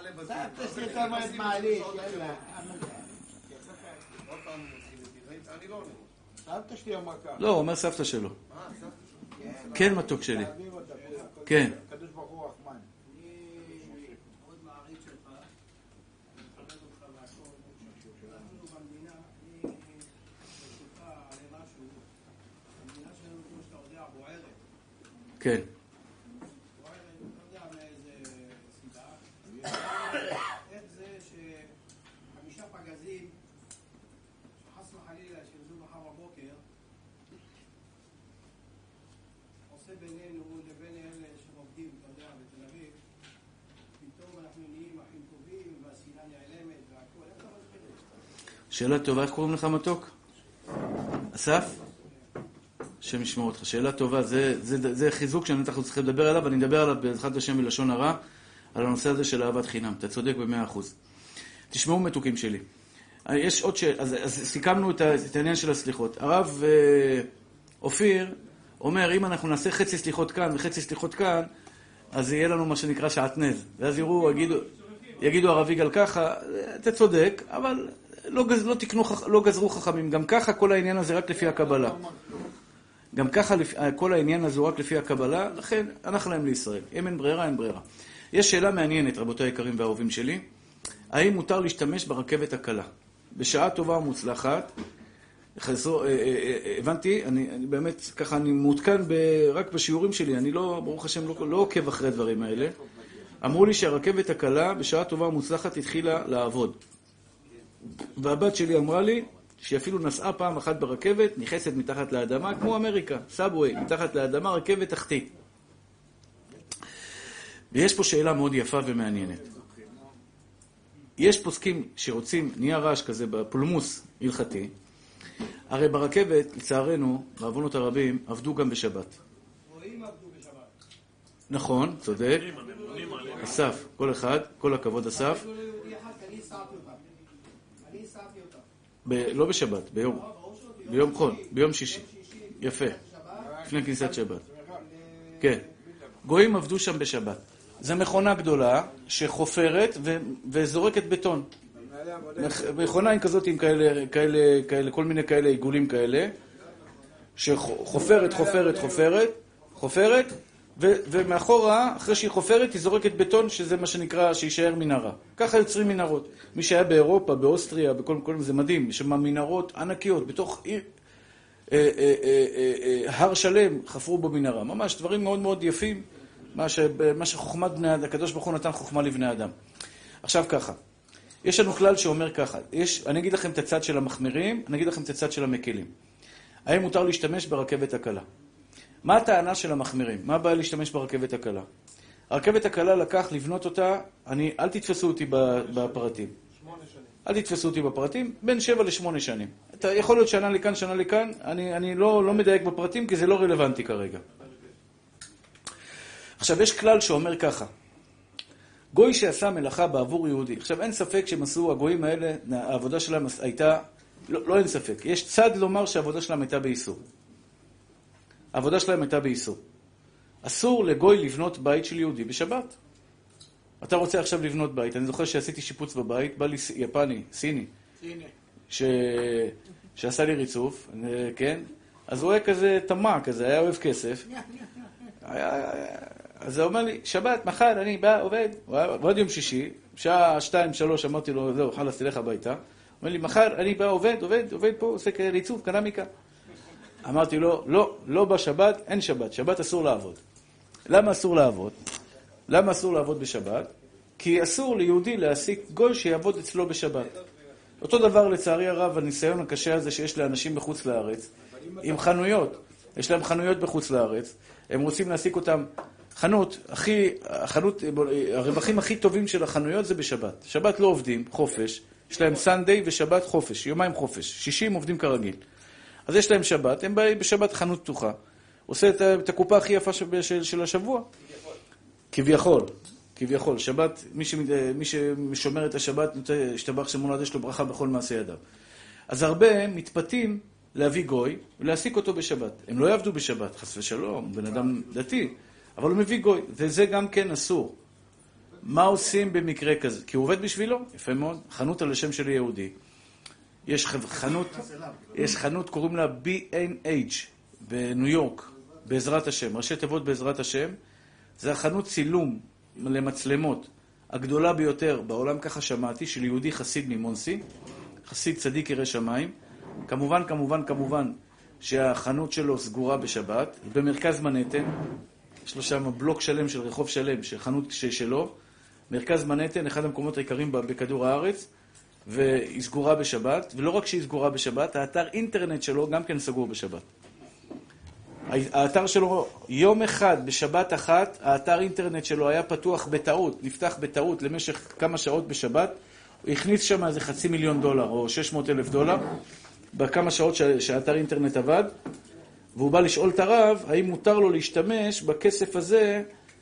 סבתא שלי המכה. לא, הוא אומר סבתא שלו. כן, מתוק שלי. כן. הקדוש ברוך הוא רחמן. אני מאוד מעריץ שלך. מכבד אותך והכל. אנחנו במדינה, אני ברשותך עלי משהו. המדינה שלנו, כמו שאתה יודע, בוערת. כן. בוערת, אתה יודע מאיזה סיבה. איך זה שחמישה פגזים, שחס וחלילה שירדו מחר בבוקר, עושה בינינו לבין אלה שעובדים, אתה יודע, בתל אביב, פתאום אנחנו נהיים אחים טובים, והשנאה נעלמת והכל. איך אתה מסביר את זה? שאלה טובה, איך קוראים לך מתוק? אסף? השם ישמור אותך. שאלה טובה, זה, זה, זה חיזוק שאנחנו צריכים לדבר עליו, ואני מדבר עליו בעזרת השם מלשון הרע, על הנושא הזה של אהבת חינם. אתה צודק במאה אחוז. תשמעו מתוקים שלי. יש עוד ש... אז, אז סיכמנו את, ה... את העניין של הסליחות. הרב אה, אופיר אומר, אם אנחנו נעשה חצי סליחות כאן וחצי סליחות כאן, אז יהיה לנו מה שנקרא שעטנז. ואז יראו, יגידו, יגידו הרב יגאל ככה, אתה צודק, אבל לא, גז... לא, תקנו, לא גזרו חכמים. גם ככה כל העניין הזה רק לפי הקבלה. גם ככה כל העניין הזה רק לפי הקבלה, לכן אנחנו להם לישראל. אם אין ברירה, אין ברירה. יש שאלה מעניינת, רבותי היקרים והאהובים שלי. האם מותר להשתמש ברכבת הקלה? בשעה טובה ומוצלחת, חזור, אה, אה, אה, הבנתי, אני, אני באמת, ככה אני מעודכן ב, רק בשיעורים שלי, אני לא, ברוך השם, לא, לא עוקב אחרי הדברים האלה. אמרו לי שהרכבת הקלה בשעה טובה ומוצלחת התחילה לעבוד. והבת שלי אמרה לי שאפילו נסעה פעם אחת ברכבת, נכנסת מתחת לאדמה, כמו אמריקה, סאבווי, מתחת לאדמה, רכבת תחתית. ויש פה שאלה מאוד יפה ומעניינת. יש פוסקים שרוצים, נהיה רעש כזה בפולמוס הלכתי, הרי ברכבת, לצערנו, בעוונות הרבים, עבדו גם בשבת. רואים עבדו בשבת. נכון, צודק. אסף, כל אחד, כל הכבוד אסף. אני הסעתי אותה. אני הסעתי אותה. ב- לא בשבת, ביום. ביום חול, ביום שישי. יפה. לפני כניסת שבת. כן. גויים עבדו שם בשבת. זו מכונה גדולה שחופרת ו- וזורקת בטון. מכונה עם כזאת עם כאלה, כאלה, כאלה, כל מיני כאלה עיגולים כאלה, שחופרת, חופרת, חופרת, חופרת, ו- ומאחורה, אחרי שהיא חופרת, היא זורקת בטון, שזה מה שנקרא, שישאר מנהרה. ככה יוצרים מנהרות. מי שהיה באירופה, באוסטריה, בכל מקום, זה מדהים, יש שם מנהרות ענקיות, בתוך עיר, אה, אה, אה, אה, אה, הר שלם, חפרו בו מנהרה. ממש דברים מאוד מאוד יפים, מה, ש- מה שחוכמת בני אדם, הקדוש ברוך הוא נתן חוכמה לבני אדם. עכשיו ככה. יש לנו כלל שאומר ככה, יש, אני אגיד לכם את הצד של המחמירים, אני אגיד לכם את הצד של המקלים. האם מותר להשתמש ברכבת הקלה? מה הטענה של המחמירים? מה הבעיה להשתמש ברכבת הקלה? הרכבת הקלה לקח לבנות אותה, אני, אל תתפסו אותי בפרטים. שמונה שנים. אל תתפסו אותי בפרטים, בין שבע לשמונה שנים. אתה יכול להיות שנה לכאן, שנה לכאן, אני, אני לא, לא מדייק בפרטים, כי זה לא רלוונטי כרגע. עכשיו, יש כלל שאומר ככה, גוי שעשה מלאכה בעבור יהודי. עכשיו, אין ספק שהם עשו, הגויים האלה, העבודה שלהם הייתה, לא, לא אין ספק, יש צד לומר שהעבודה שלהם הייתה באיסור. העבודה שלהם הייתה באיסור. אסור לגוי לבנות בית של יהודי בשבת. אתה רוצה עכשיו לבנות בית, אני זוכר שעשיתי שיפוץ בבית, בא לי יפני, סיני, ש... שעשה לי ריצוף, כן? אז הוא היה כזה תמה, כזה, היה אוהב כסף. היה... אז הוא אומר לי, שבת, מחר, אני בא, עובד. ועוד יום שישי, שעה שתיים, שלוש, אמרתי לו, זהו, חלס, תלך הביתה. הוא אומר לי, מחר, אני בא, עובד, עובד, עובד פה, עושה ריצוף, קרמיקה. אמרתי לו, לא, לא בשבת, אין שבת, שבת אסור לעבוד. למה אסור לעבוד? למה אסור לעבוד בשבת? כי אסור ליהודי להעסיק גוי שיעבוד אצלו בשבת. אותו דבר לצערי הרב, הניסיון הקשה הזה שיש לאנשים בחוץ לארץ, עם חנויות, יש להם חנויות בחוץ לארץ, הם רוצים להעסיק אותם, חנות, הכי, החנות, הרווחים הכי טובים של החנויות זה בשבת. שבת לא עובדים, חופש, יש להם סנדיי ושבת חופש, יומיים חופש, שישים עובדים כרגיל. אז יש להם שבת, הם באים בשבת חנות פתוחה, עושה את, את הקופה הכי יפה של, של, של השבוע. כביכול, כביכול. שבת, מי, ש, מי ששומר את השבת, השתבח שמולד, יש לו ברכה בכל מעשה ידיו. אז הרבה מתפתים להביא גוי ולהעסיק אותו בשבת. הם לא יעבדו בשבת, חס ושלום, בן אדם דתי, אבל הוא מביא גוי, וזה גם כן אסור. מה עושים במקרה כזה? כי הוא עובד בשבילו, יפה מאוד, חנות על השם של יהודי. יש חנות, יש חנות, קוראים לה בי אנד אייץ' בניו יורק, בעזרת השם, ראשי תיבות בעזרת השם. זה החנות צילום למצלמות הגדולה ביותר בעולם, ככה שמעתי, של יהודי חסיד ממונסי, חסיד צדיק ירא שמיים. כמובן, כמובן, כמובן, שהחנות שלו סגורה בשבת, במרכז מנהטן, יש לו שם בלוק שלם של רחוב שלם, של חנות שלו, מרכז מנהטן, אחד המקומות העיקריים בכדור הארץ, והיא סגורה בשבת, ולא רק שהיא סגורה בשבת, האתר אינטרנט שלו גם כן סגור בשבת. האתר שלו, יום אחד, בשבת אחת, האתר אינטרנט שלו היה פתוח בטעות, נפתח בטעות למשך כמה שעות בשבת, הוא הכניס שם איזה חצי מיליון דולר, או שש מאות אלף דולר, בכמה שעות שהאתר אינטרנט עבד, והוא בא לשאול את הרב, האם מותר לו להשתמש בכסף הזה,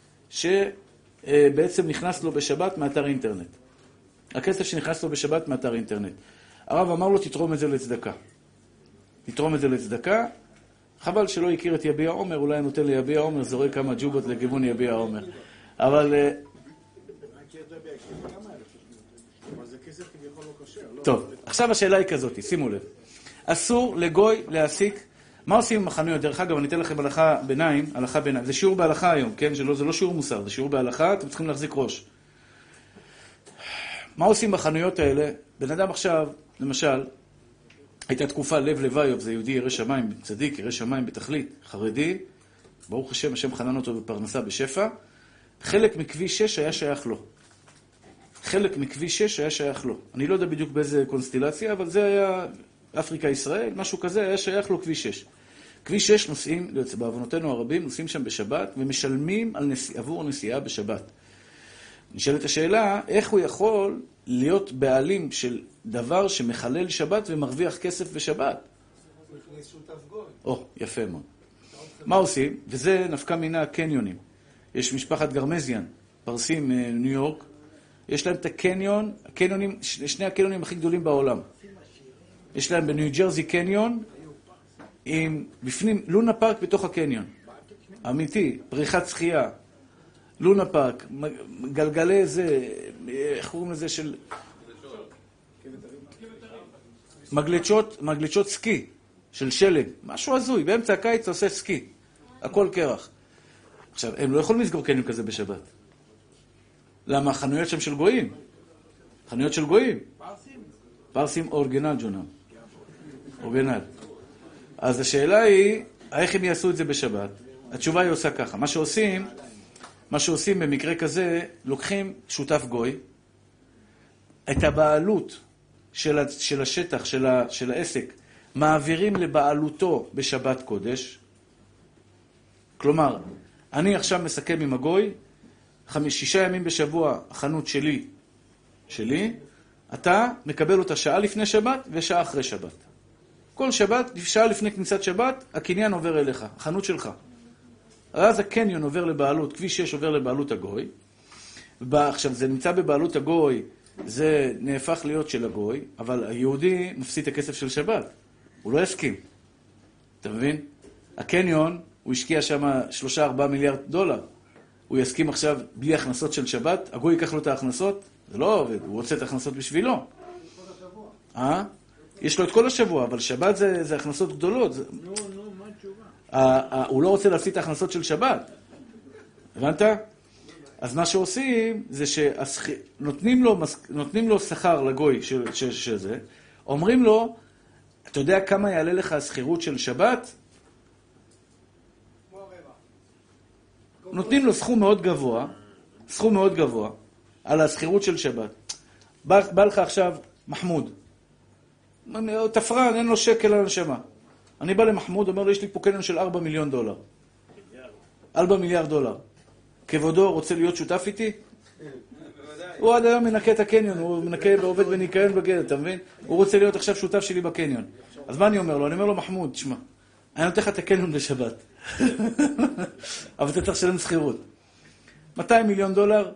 שבעצם נכנס לו בשבת מאתר אינטרנט. הכסף שנכנס לו בשבת מאתר אינטרנט. הרב אמר לו, תתרום את זה לצדקה. תתרום את זה לצדקה. חבל שלא הכיר את יביע עומר, אולי נותן ליביע עומר, זורק כמה ג'ובות לכיוון יביע עומר. אבל... טוב, עכשיו השאלה היא כזאת, שימו לב. אסור לגוי להעסיק... מה עושים עם החנויות? דרך אגב, אני אתן לכם הלכה ביניים, הלכה ביניים. זה שיעור בהלכה היום, כן? זה לא, זה לא שיעור מוסר, זה שיעור בהלכה, אתם צריכים להחזיק ראש. מה עושים בחנויות האלה? בן אדם עכשיו, למשל, הייתה תקופה לב לויוב, זה יהודי ירא שמיים, צדיק, ירא שמיים בתכלית, חרדי, ברוך השם, השם חנן אותו בפרנסה בשפע, חלק מכביש שש היה שייך לו. חלק מכביש שש היה שייך לו. אני לא יודע בדיוק באיזה קונסטלציה, אבל זה היה אפריקה ישראל, משהו כזה, היה שייך לו כביש שש. כביש שש נוסעים, בעוונותינו הרבים, נוסעים שם בשבת, ומשלמים על נסיע, עבור נסיעה בשבת. נשאלת השאלה, איך הוא יכול להיות בעלים של דבר שמחלל שבת ומרוויח כסף בשבת? הוא הכניס שותף גוי. או, יפה מאוד. מה עושים? וזה נפקא מינה הקניונים. יש משפחת גרמזיאן, פרסים ניו יורק, יש להם את הקניון, הקניונים, שני הקניונים הכי גדולים בעולם. יש להם בניו ג'רזי קניון, עם בפנים, לונה פארק בתוך הקניון. אמיתי, פריחת שחייה. לונה פארק, גלגלי זה, איך קוראים לזה של... מגלצ'ות, מגלצ'ות סקי, של שלג. משהו הזוי, באמצע הקיץ אתה עושה סקי. הכל קרח. עכשיו, הם לא יכולים לסגור קניון כזה בשבת. למה? חנויות שם של גויים. חנויות של גויים. פרסים. פרסים אורגינל, ג'ונם. אורגינל. אז השאלה היא, איך הם יעשו את זה בשבת? התשובה היא עושה ככה. מה שעושים... מה שעושים במקרה כזה, לוקחים שותף גוי, את הבעלות של, של השטח, של, ה, של העסק, מעבירים לבעלותו בשבת קודש. כלומר, אני עכשיו מסכם עם הגוי, חמיש, שישה ימים בשבוע, החנות שלי, שלי, אתה מקבל אותה שעה לפני שבת ושעה אחרי שבת. כל שבת, שעה לפני כניסת שבת, הקניין עובר אליך, החנות שלך. אז הקניון עובר לבעלות, כביש שש עובר לבעלות הגוי. עכשיו, זה נמצא בבעלות הגוי, זה נהפך להיות של הגוי, אבל היהודי מפסיד את הכסף של שבת. הוא לא יסכים. אתה מבין? הקניון, הוא השקיע שם שלושה ארבעה מיליארד דולר. הוא יסכים עכשיו בלי הכנסות של שבת, הגוי ייקח לו את ההכנסות, זה לא עובד, הוא רוצה את ההכנסות בשבילו. אה? יש לו את כל השבוע, אבל שבת זה, זה הכנסות גדולות. זה... נו, נו, מה התשובה? הוא לא רוצה להפסיד את ההכנסות של שבת. הבנת? אז מה שעושים זה שנותנים לו, נותנים לו שכר לגוי של, של, של זה, אומרים לו, אתה יודע כמה יעלה לך הסחירות של שבת? נותנים לו סכום מאוד גבוה, סכום מאוד גבוה, על הסחירות של שבת. בא, בא לך עכשיו מחמוד. תפרן, אין לו שקל על הנשמה. אני בא למחמוד, אומר לו, יש לי פה קניון של ארבעה מיליון דולר. ארבעה מיליארד דולר. כבודו רוצה להיות שותף איתי? הוא עד היום מנקה את הקניון, הוא מנקה ועובד בניקיון בגד, אתה מבין? הוא רוצה להיות עכשיו שותף שלי בקניון. אז מה אני אומר לו? אני אומר לו, מחמוד, תשמע, אני נותן לך את הקניון בשבת. אבל אתה צריך לשלם שכירות. מאתיים מיליון דולר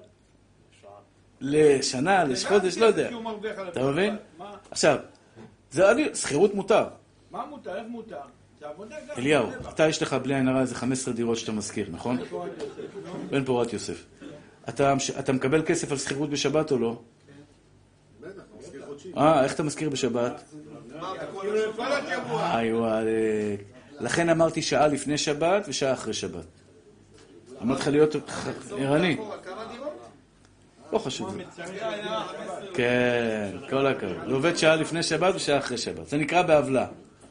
לשנה, לחודש, לא יודע. אתה מבין? עכשיו, שכירות מותר. מה מותר? איך מותר? זה עבודה גם. אליהו, אתה יש לך בלי עין הרע איזה חמש עשרה דירות שאתה מזכיר, נכון? בן פורת יוסף. אתה, אתה מקבל כסף על שכירות בשבת או לא? בטח, מזכיר חודשי. אה, איך אתה מזכיר בשבת? איי וואלה. לכן אמרתי שעה לפני שבת ושעה אחרי שבת. אמרתי לך להיות ערני. כמה דירות? לא חשוב. כן, כל הכבוד. הוא עובד שעה לפני שבת ושעה אחרי שבת. זה נקרא בעוולה.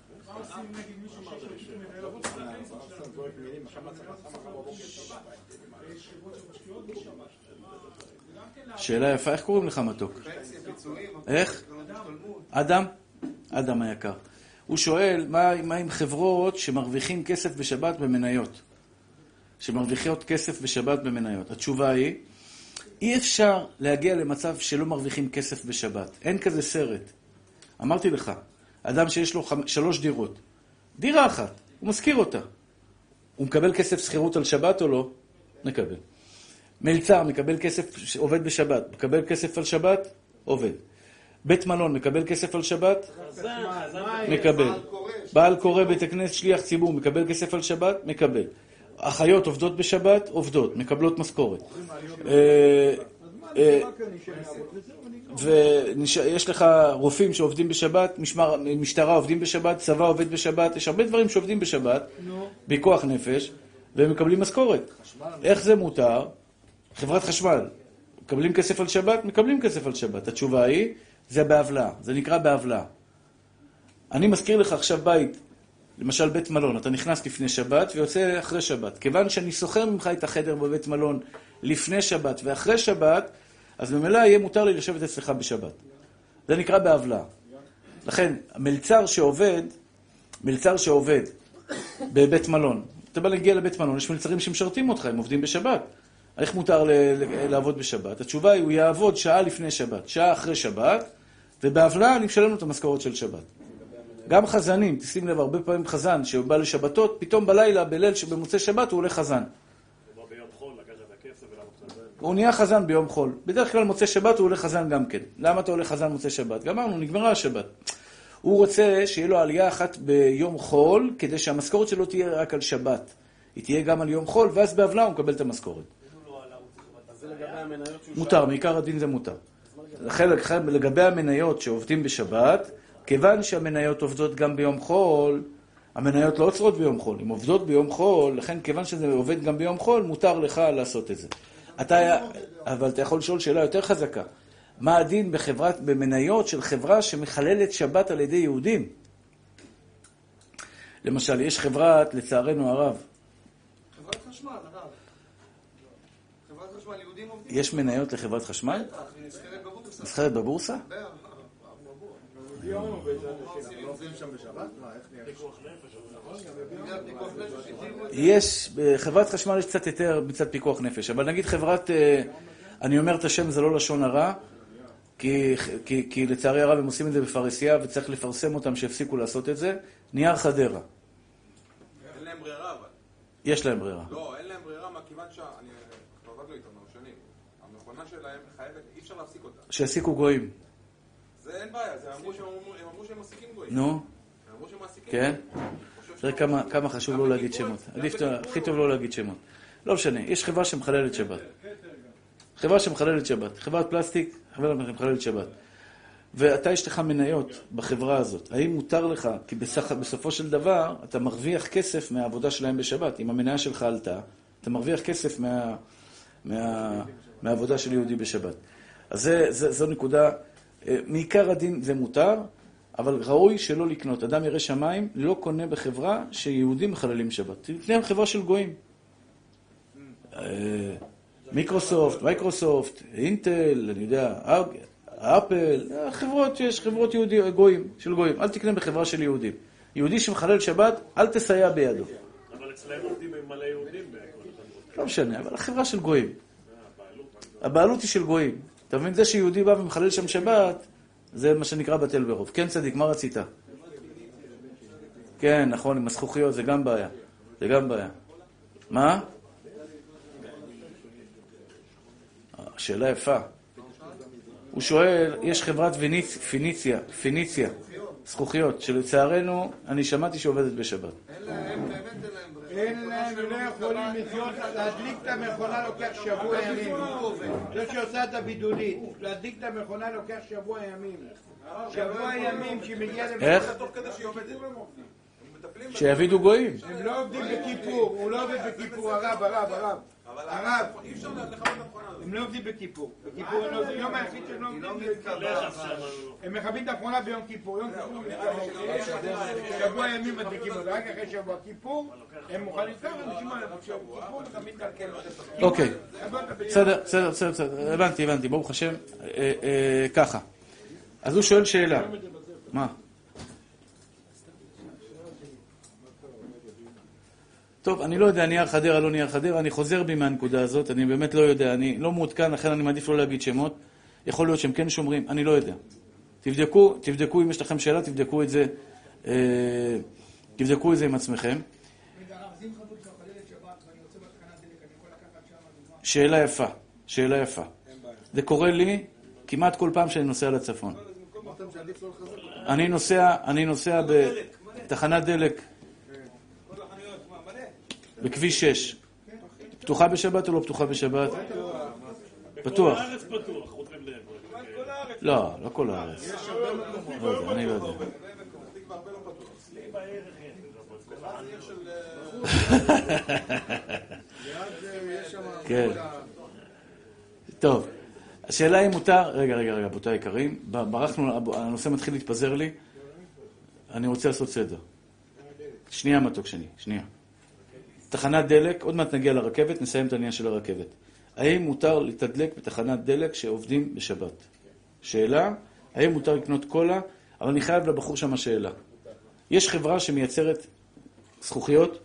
שאלה יפה, איך קוראים לך מתוק? איך? אדם? אדם היקר. הוא שואל, מה, מה עם חברות שמרוויחים כסף בשבת במניות? שמרוויחות כסף בשבת במניות. התשובה היא, אי אפשר להגיע למצב שלא מרוויחים כסף בשבת. אין כזה סרט. אמרתי לך, אדם שיש לו חמ... שלוש דירות, דירה אחת, הוא מזכיר אותה. הוא מקבל כסף שכירות על שבת או לא? נקבל. מלצר מקבל כסף, עובד בשבת, מקבל כסף על שבת? עובד. בית מלון מקבל כסף על שבת? מקבל. בעל קורא בית הכנסת שליח ציבור מקבל כסף על שבת? מקבל. אחיות עובדות בשבת? עובדות, מקבלות משכורת. ויש לך רופאים שעובדים בשבת, משטרה עובדים בשבת, צבא עובד בשבת, יש הרבה דברים שעובדים בשבת, בכוח נפש, והם מקבלים משכורת. איך זה מותר? חברת חשמל, מקבלים כסף על שבת? מקבלים כסף על שבת. התשובה היא, זה בעוולה, זה נקרא בעוולה. אני מזכיר לך עכשיו בית, למשל בית מלון, אתה נכנס לפני שבת ויוצא אחרי שבת. כיוון שאני סוחר ממך את החדר בבית מלון לפני שבת ואחרי שבת, אז במילא יהיה מותר לי לשבת אצלך בשבת. זה נקרא בעוולה. לכן, מלצר שעובד, מלצר שעובד בבית מלון, אתה בא להגיע לבית מלון, יש מלצרים שמשרתים אותך, הם עובדים בשבת. איך מותר לעבוד בשבת? התשובה היא, הוא יעבוד שעה לפני שבת, שעה אחרי שבת, ובעוולה אני משלם לו את המשכורת של שבת. גם חזנים, תשים לב, הרבה פעמים חזן שהוא בא לשבתות, פתאום בלילה, בליל שבמוצאי שבת הוא הולך חזן. הוא בא ביום חול, לקחת את הכסף ולעבוד חזן. הוא נהיה חזן ביום חול. בדרך כלל מוצאי שבת הוא הולך חזן גם כן. למה אתה הולך חזן מוצאי שבת? גמרנו, נגמרה השבת. הוא רוצה שיהיה לו עלייה אחת ביום חול, כדי שהמשכורת שלו תהיה רק על שבת. היא תהיה גם על יום חול, ואז בעוולה הוא מקבל את המשכורת. מותר, מעיקר הדין זה מותר. לכן לגבי המניות שעובדים בשבת, כיוון שהמניות עובדות גם ביום חול, המניות לא עוצרות ביום חול, הן עובדות ביום חול, לכן כיוון שזה עובד גם ביום חול, מותר לך לעשות את זה. אתה, אבל אתה יכול לשאול שאלה יותר חזקה. מה הדין בחברת, במניות של חברה שמחללת שבת על ידי יהודים? למשל, יש חברת, לצערנו הרב. חברת חשמל, הרב. חברת חשמל, יהודים עובדים. יש מניות לחברת חשמל? נסחרת בבורסה. נסחרת בבורסה? יש, בחברת חשמל יש קצת יותר מצד פיקוח נפש, אבל נגיד חברת, אני אומר את השם, זה לא לשון הרע, כי, כי, כי לצערי הרב הם עושים את זה בפרסיה, וצריך לפרסם אותם שהפסיקו לעשות את זה, נייר חדרה. אין להם ברירה, אבל. יש להם ברירה. לא, אין להם ברירה, מכיוון שאני כבר עבד לו איתם שנים. המכונה שלהם חייבת, אי אפשר להפסיק אותה. שיעסיקו גויים. זה אין בעיה, זה אמרו שהם אמרו שהם מעסיקים גויים. נו. הם אמרו שהם מעסיקים כן? גויים. תראה כמה, כמה חשוב לא להגיד שמות. עדיף, הכי טוב לא להגיד שמות. לא משנה, יש חברה שמחללת שבת. חברה שמחללת שבת. חברת פלסטיק, חברה שמחללת שבת. ואתה יש לך מניות בחברה הזאת. האם מותר לך, כי בסך, בסופו של דבר אתה מרוויח כסף מהעבודה שלהם בשבת. אם המניה שלך עלתה, אתה מרוויח כסף מה, מה, מהעבודה של יהודי בשבת. אז זה, זה, זו נקודה, מעיקר הדין זה מותר, אבל ראוי שלא לקנות. אדם ירא שמיים לא קונה בחברה שיהודים מחללים שבת. תקנה חברה של גויים. מיקרוסופט, מייקרוסופט, אינטל, אני יודע, אפל, חברות שיש, חברות יהודים, גויים, של גויים. אל תקנה בחברה של יהודים. יהודי שמחלל שבת, אל תסייע בידו. אבל אצלהם עובדים עם מלא יהודים. לא משנה, אבל החברה של גויים. הבעלות היא של גויים. אתה מבין, זה שיהודי בא ומחלל שם שבת, זה מה שנקרא בטל ברוב. כן צדיק, מה רצית? כן, נכון, עם הזכוכיות, זה גם בעיה. זה גם בעיה. מה? שאלה יפה. הוא שואל, יש חברת פיניצ... פיניציה, פיניציה, זכוכיות, שלצערנו, אני שמעתי שעובדת בשבת. אין להם, באמת אין להם ברירה. אין להם ולא יכולים לחיות, להדליק את המכונה לוקח שבוע ימים. זה שעושה את הבידולית, להדליק את המכונה לוקח שבוע ימים. שבוע ימים שמגיע למכונה. איך? תוך כדי שהיא עובדת. שיבידו גויים. הם לא עובדים בכיפור, הוא לא עובד בכיפור, הרב, הרב, הרב. הרב, אי אפשר לכבות את המכונה הזאת. הם לא עובדים בכיפור. בכיפור הם לא עובדים, יום היחיד שהם לא עובדים בכיפור. הם מכבים את המכונה ביום כיפור. יום כיפור שבוע ימים מדליקים אותו, רק אחרי שבוע כיפור, הם מוכנים כמה אנשים על כיפור מכבים את הכיפור. אוקיי. בסדר, בסדר, בסדר, בסדר. הבנתי, הבנתי. ברוך השם. ככה. אז הוא שואל שאלה. מה? טוב, אני לא יודע, נייר חדרה, לא נייר חדרה, אני חוזר בי מהנקודה הזאת, אני באמת לא יודע, אני לא מעודכן, לכן אני מעדיף לא להגיד שמות, יכול להיות שהם כן שומרים, אני לא יודע. תבדקו, תבדקו אם יש לכם שאלה, תבדקו את זה, אה, תבדקו את זה עם עצמכם. רגע, הרב, אז אם חנות מחללת שבת ואני רוצה בתחנת דלק, אני יכול לקחת שם דוגמה? שאלה יפה, שאלה יפה. זה קורה לי כמעט כל פעם שאני נוסע לצפון. אני נוסע, אני נוסע בתחנת דלק, בכביש שש. פתוחה בשבת או לא פתוחה בשבת? פתוח. כל הארץ פתוח, חוץ מבני ברק. לא, לא כל הארץ. לא יודע, אני לא יודע. כן. טוב. השאלה היא מותר... רגע, רגע, רגע, רבותיי יקרים. ברחנו, הנושא מתחיל להתפזר לי. אני רוצה לעשות סדר. שנייה מתוק שני, שנייה. תחנת דלק, עוד מעט נגיע לרכבת, נסיים את העניין של הרכבת. האם מותר לתדלק בתחנת דלק שעובדים בשבת? שאלה, האם מותר לקנות קולה? אבל אני חייב לבחור שם השאלה. יש חברה שמייצרת זכוכיות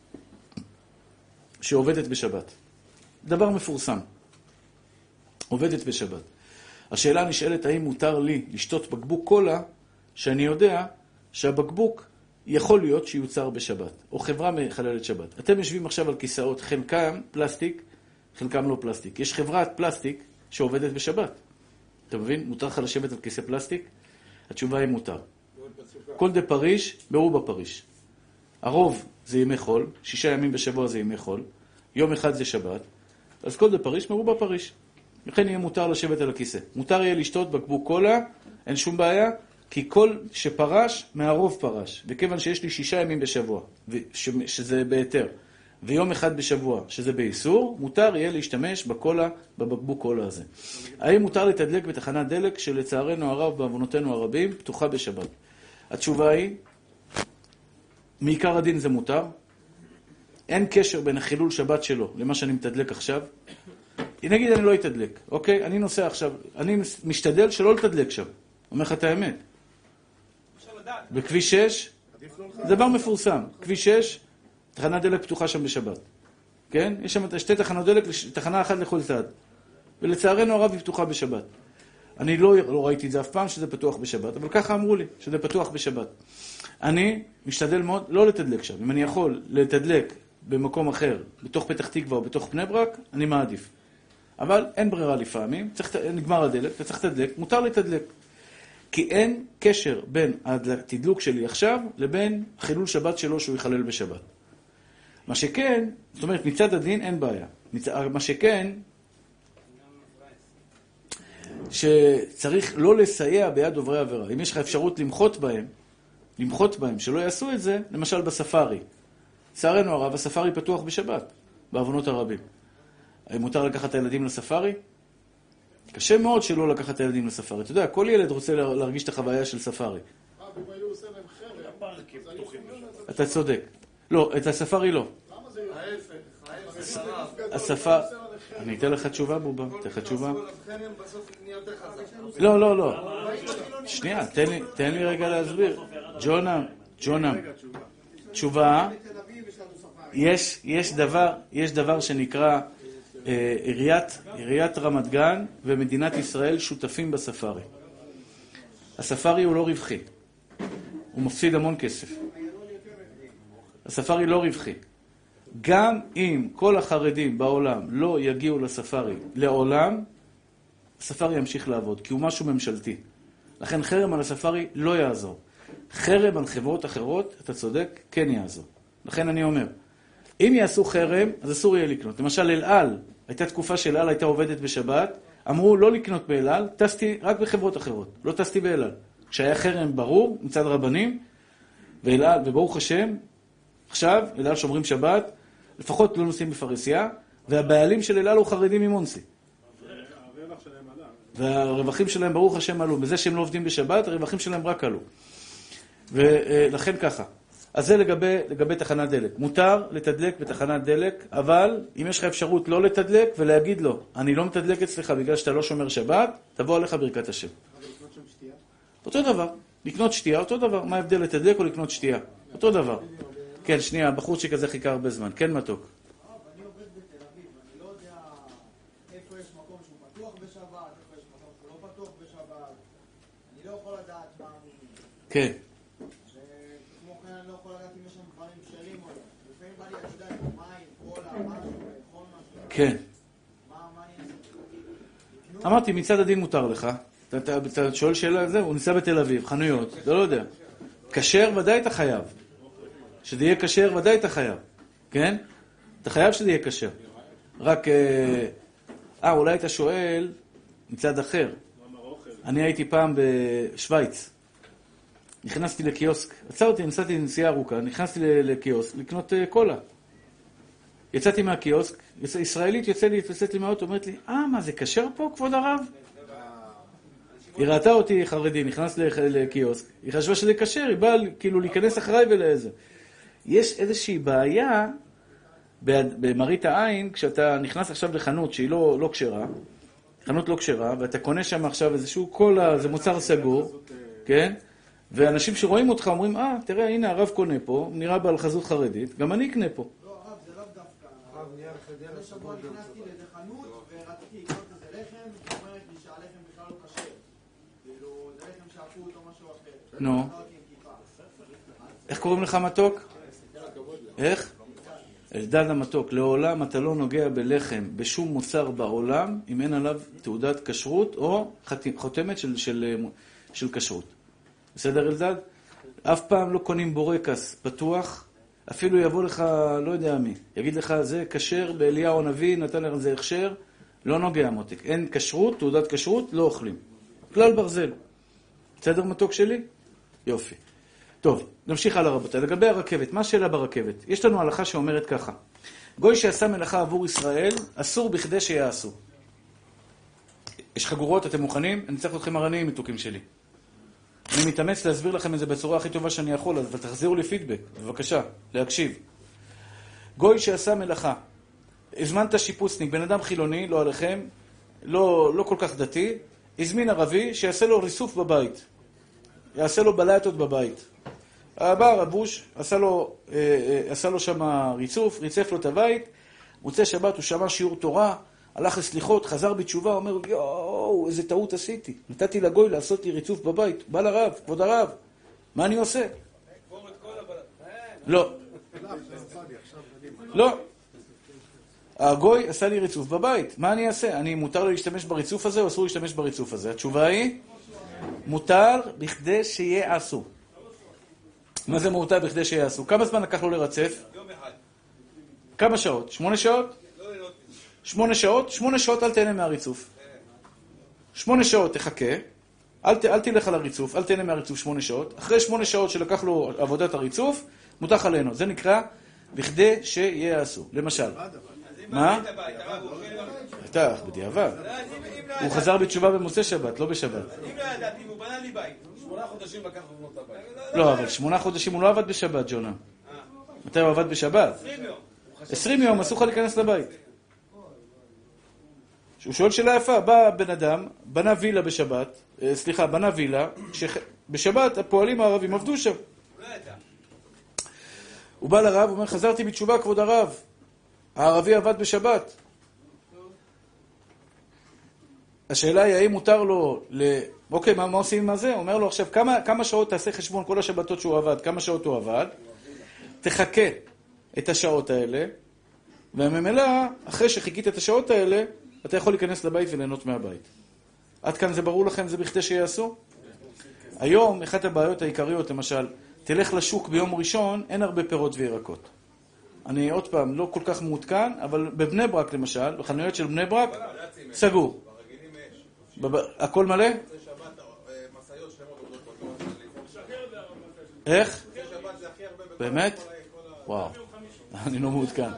שעובדת בשבת. דבר מפורסם. עובדת בשבת. השאלה נשאלת, האם מותר לי לשתות בקבוק קולה, שאני יודע שהבקבוק יכול להיות שיוצר בשבת, או חברה מחללת שבת. אתם יושבים עכשיו על כיסאות, חלקם פלסטיק, חלקם לא פלסטיק. יש חברת פלסטיק שעובדת בשבת. אתה מבין? מותר לך לשבת על כיסא פלסטיק? התשובה היא מותר. כל דה פריש, ברובה פריש. הרוב זה ימי חול, שישה ימים בשבוע זה ימי חול, יום אחד זה שבת, אז כל דה פריש, מרובה פריש. לכן יהיה מותר לשבת על הכיסא. מותר יהיה לשתות בקבוק קולה, אין שום בעיה, כי כל שפרש, מהרוב פרש. וכיוון שיש לי שישה ימים בשבוע, שזה בהיתר, ויום אחד בשבוע, שזה באיסור, מותר יהיה להשתמש בקולה, בבקבוק קולה הזה. האם מותר לתדלק בתחנת דלק שלצערנו הרב בעוונותינו הרבים, פתוחה בשבת? התשובה היא, מעיקר הדין זה מותר. אין קשר בין החילול שבת שלו למה שאני מתדלק עכשיו. נגיד אני לא אתדלק, אוקיי? אני נוסע עכשיו, אני משתדל שלא לתדלק שם. אומר לך את האמת. בכביש שש, זה דבר מפורסם. כביש שש, תחנת דלק פתוחה שם בשבת. כן? יש שם שתי תחנות דלק, תחנה אחת לכל צד. ולצערנו הרב היא פתוחה בשבת. אני לא, לא ראיתי את זה אף פעם שזה פתוח בשבת, אבל ככה אמרו לי, שזה פתוח בשבת. אני משתדל מאוד לא לתדלק שם. אם אני יכול לתדלק במקום אחר, בתוך פתח תקווה או בתוך בני ברק, אני מעדיף. אבל אין ברירה לפעמים, צריך, נגמר הדלק, אתה צריך לתדלק, מותר לתדלק. כי אין קשר בין התדלוק שלי עכשיו לבין חילול שבת שלו שהוא יחלל בשבת. מה שכן, זאת אומרת, מצד הדין אין בעיה. מה שכן, שצריך לא לסייע ביד עוברי עבירה. אם יש לך אפשרות למחות בהם, למחות בהם, שלא יעשו את זה, למשל בספארי. צערנו הרב, הספארי פתוח בשבת, בעוונות הרבים. מותר לקחת את הילדים לספארי? קשה מאוד שלא לקחת את הילדים לספארי. אתה יודע, כל ילד רוצה להרגיש את החוויה של ספארי. אתה צודק. לא, את הספארי לא. הספארי... אני אתן לך תשובה, בובה. אתן לך תשובה. לא, לא, לא. שנייה, תן לי רגע להסביר. ג'ונה, ג'ונה. תשובה. יש דבר, יש דבר שנקרא עיריית, עיריית רמת גן ומדינת ישראל שותפים בספארי. הספארי הוא לא רווחי. הוא מפסיד המון כסף. הספארי לא רווחי. גם אם כל החרדים בעולם לא יגיעו לספארי לעולם, הספארי ימשיך לעבוד, כי הוא משהו ממשלתי. לכן חרם על הספארי לא יעזור. חרם על חברות אחרות, אתה צודק, כן יעזור. לכן אני אומר, אם יעשו חרם, אז אסור יהיה לקנות. למשל, אל-על, הייתה תקופה שאל-על הייתה עובדת בשבת, אמרו לא לקנות באל-על, טסתי רק בחברות אחרות, לא טסתי באל-על. כשהיה חרם ברור, מצד רבנים, ואל-על, וברוך השם, עכשיו, אל-על שומרים שבת, לפחות לא נוסעים בפרסיה, והבעלים של אל-על הוא חרדים ממונסי. והרווחים שלהם ברוך השם עלו. בזה שהם לא עובדים בשבת, הרווחים שלהם רק עלו. ולכן ככה. אז זה לגבי, לגבי תחנת דלק. מותר לתדלק בתחנת דלק, אבל אם יש לך אפשרות לא לתדלק ולהגיד לו, אני לא מתדלק אצלך בגלל שאתה לא שומר שבת, תבוא עליך ברכת השם. אותו דבר. לקנות שתייה, אותו דבר. מה ההבדל לתדלק או לקנות שתייה? אותו דבר. כן, שנייה, הבחורצ'יק הזה חיכה הרבה זמן. כן, מתוק. אני עובד בתל אביב, אני לא יודע איפה יש מקום שהוא פתוח בשבת, איפה יש מקום שהוא לא פתוח בשבת. אני לא יכול לדעת מה אני... כן. וכמו כן אני לא יכול לדעת אם יש שם דברים כשרים או לא. לפעמים בא לי, אני יודע, מים, קולה, משהו, לאכול משהו. כן. מה אני אעשה? אמרתי, מצד הדין מותר לך. אתה, אתה שואל שאלה על זה, הוא ניסה בתל אביב, חנויות, אתה לא יודע. כשר ודאי אתה חייב. שזה יהיה כשר ודאי אתה חייב. כן? אתה חייב שזה יהיה כשר. רק, אה, אולי אתה שואל מצד אחר. אני הייתי פעם בשוויץ. נכנסתי לקיוסק. עצרתי, נסעתי לנסיעה ארוכה, נכנסתי לקיוסק לקנות קולה. יצאתי מהקיוסק, ישראלית יוצאת לי, יוצאת לי מהאוטו, אומרת לי, אה, מה זה כשר פה, כבוד הרב? היא ראתה אותי חרדי, נכנס לקיוסק, היא חשבה שזה כשר, היא באה כאילו להיכנס אחריי ולאיזה. יש איזושהי בעיה במראית העין, כשאתה נכנס עכשיו לחנות שהיא לא, לא כשרה, חנות לא כשרה, ואתה קונה שם עכשיו איזשהו קולה, זה מוצר סגור, כן? ואנשים שרואים אותך אומרים, אה, תראה, הנה הרב קונה פה, נראה בעל חזות חרדית, גם אני אקנה פה. לא, הרב, זה לא דווקא. הרב, נהיה חדר שבוע נכנסתי לאיזה חנות, ורציתי לקנות איזה לחם, היא אומרת לי שהלחם בכלל לא כשר. כאילו, זה לחם שעפו אותו משהו אחר. נו. איך קוראים לך מתוק? איך? אלדד המתוק. לעולם אתה לא נוגע בלחם, בשום מוצר בעולם, אם אין עליו תעודת כשרות או חותמת של, של, של כשרות. בסדר אלדד? אף פעם לא קונים בורקס פתוח, אפילו יבוא לך, לא יודע מי, יגיד לך, זה כשר באליהו הנביא, נתן לך זה הכשר, לא נוגע מותק. אין כשרות, תעודת כשרות, לא אוכלים. כלל ברזל. בסדר מתוק שלי? יופי. טוב, נמשיך הלאה רבותיי. לגבי הרכבת, מה השאלה ברכבת? יש לנו הלכה שאומרת ככה. גוי שעשה מלאכה עבור ישראל, אסור בכדי שיעשו. יש חגורות, אתם מוכנים? אני צריך אתכם ערניים מתוקים שלי. אני מתאמץ להסביר לכם את זה בצורה הכי טובה שאני יכול, אבל תחזירו לי פידבק, בבקשה, להקשיב. גוי שעשה מלאכה, הזמנת שיפוצניק, בן אדם חילוני, לא עליכם, לא, לא כל כך דתי, הזמין ערבי שיעשה לו ריסוף בבית. יעשה לו בלטות בבית. הבא רבוש, עשה לו, עשה לו שם ריצוף, ריצף לו את הבית, מוצא שבת, הוא שמע שיעור תורה, הלך לסליחות, חזר בתשובה, אומר, יואו, איזה טעות עשיתי. נתתי לגוי לעשות לי ריצוף בבית. בא לרב, כבוד הרב, מה אני עושה? לא, לא. הגוי עשה לי ריצוף בבית. מה אני אעשה? אני מותר לו להשתמש בריצוף הזה או אסור להשתמש בריצוף הזה? התשובה היא, מותר בכדי שיעשו. מה זה מותר בכדי שיעשו? כמה זמן לקח לו לרצף? יום אחד. כמה שעות? שמונה שעות? לא לילות. שמונה שעות? שמונה שעות אל תהנה מהריצוף. שמונה שעות תחכה. אל, ת, אל תלך על הריצוף, אל תהנה מהריצוף שמונה שעות. אחרי שמונה שעות שלקח לו עבודת הריצוף, מותח עלינו. זה נקרא בכדי שיעשו. למשל. מה? בטח, בדיעבד. הוא חזר בתשובה במוצאי שבת, לא בשבת. אם לא ידעתי, הוא בנה לי בית. שמונה חודשים לקח לבנות את הבית. לא, אבל שמונה חודשים הוא לא עבד בשבת, ג'ונה. מתי הוא עבד בשבת? עשרים יום. עשרים יום, אסור לך להיכנס לבית. הוא שואל שאלה יפה, בא בן אדם, בנה וילה בשבת, סליחה, בנה וילה, בשבת הפועלים הערבים עבדו שם. הוא בא לרב, הוא אומר, חזרתי בתשובה, כבוד הרב. הערבי עבד בשבת. השאלה היא, האם מותר לו, ל... אוקיי, מה, מה עושים עם זה? הוא אומר לו עכשיו, כמה, כמה שעות תעשה חשבון כל השבתות שהוא עבד, כמה שעות הוא עבד, תחכה את השעות האלה, וממילא, אחרי שחיכית את השעות האלה, אתה יכול להיכנס לבית וליהנות מהבית. עד כאן זה ברור לכם, זה בכדי שיעשו? היום, אחת הבעיות העיקריות, למשל, תלך לשוק ביום ראשון, אין הרבה פירות וירקות. אני עוד פעם לא כל כך מעודכן, אבל בבני ברק למשל, בחנויות של בני ברק, סגור. הכל מלא? איך? באמת? וואו, אני לא מעודכן.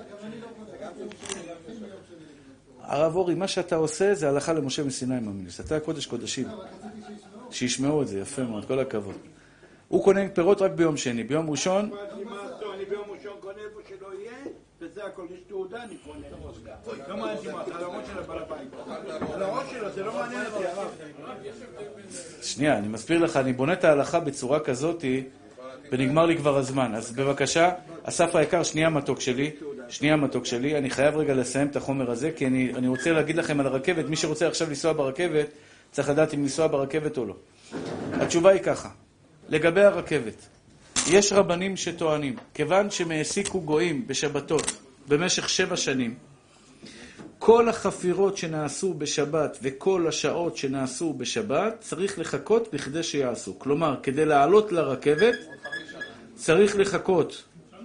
הרב אורי, מה שאתה עושה זה הלכה למשה מסיני ממינוס. אתה הקודש קודשים. שישמעו את זה, יפה מאוד, כל הכבוד. הוא קונה פירות רק ביום שני, ביום ראשון... אני ביום ראשון קונה איפה שלא יהיה, וזה הכל, יש תעודה, אני קונה. לא מעניין אותי מה, על הראש של הבעל הבית. על הראש שלו, זה לא מעניין אותי, הרב. שנייה, אני מסביר לך, אני בונה את ההלכה בצורה כזאת, ונגמר לי כבר הזמן. אז בבקשה, אסף היקר, שנייה מתוק שלי, שנייה מתוק שלי, אני חייב רגע לסיים את החומר הזה, כי אני, אני רוצה להגיד לכם על הרכבת, מי שרוצה עכשיו לנסוע ברכבת, צריך לדעת אם לנסוע ברכבת או לא. התשובה היא ככה, לגבי הרכבת, יש רבנים שטוענים, כיוון שמעסיקו גויים בשבתות במשך שבע שנים, כל החפירות שנעשו בשבת וכל השעות שנעשו בשבת צריך לחכות בכדי שיעשו. כלומר, כדי לעלות לרכבת צריך לחכות.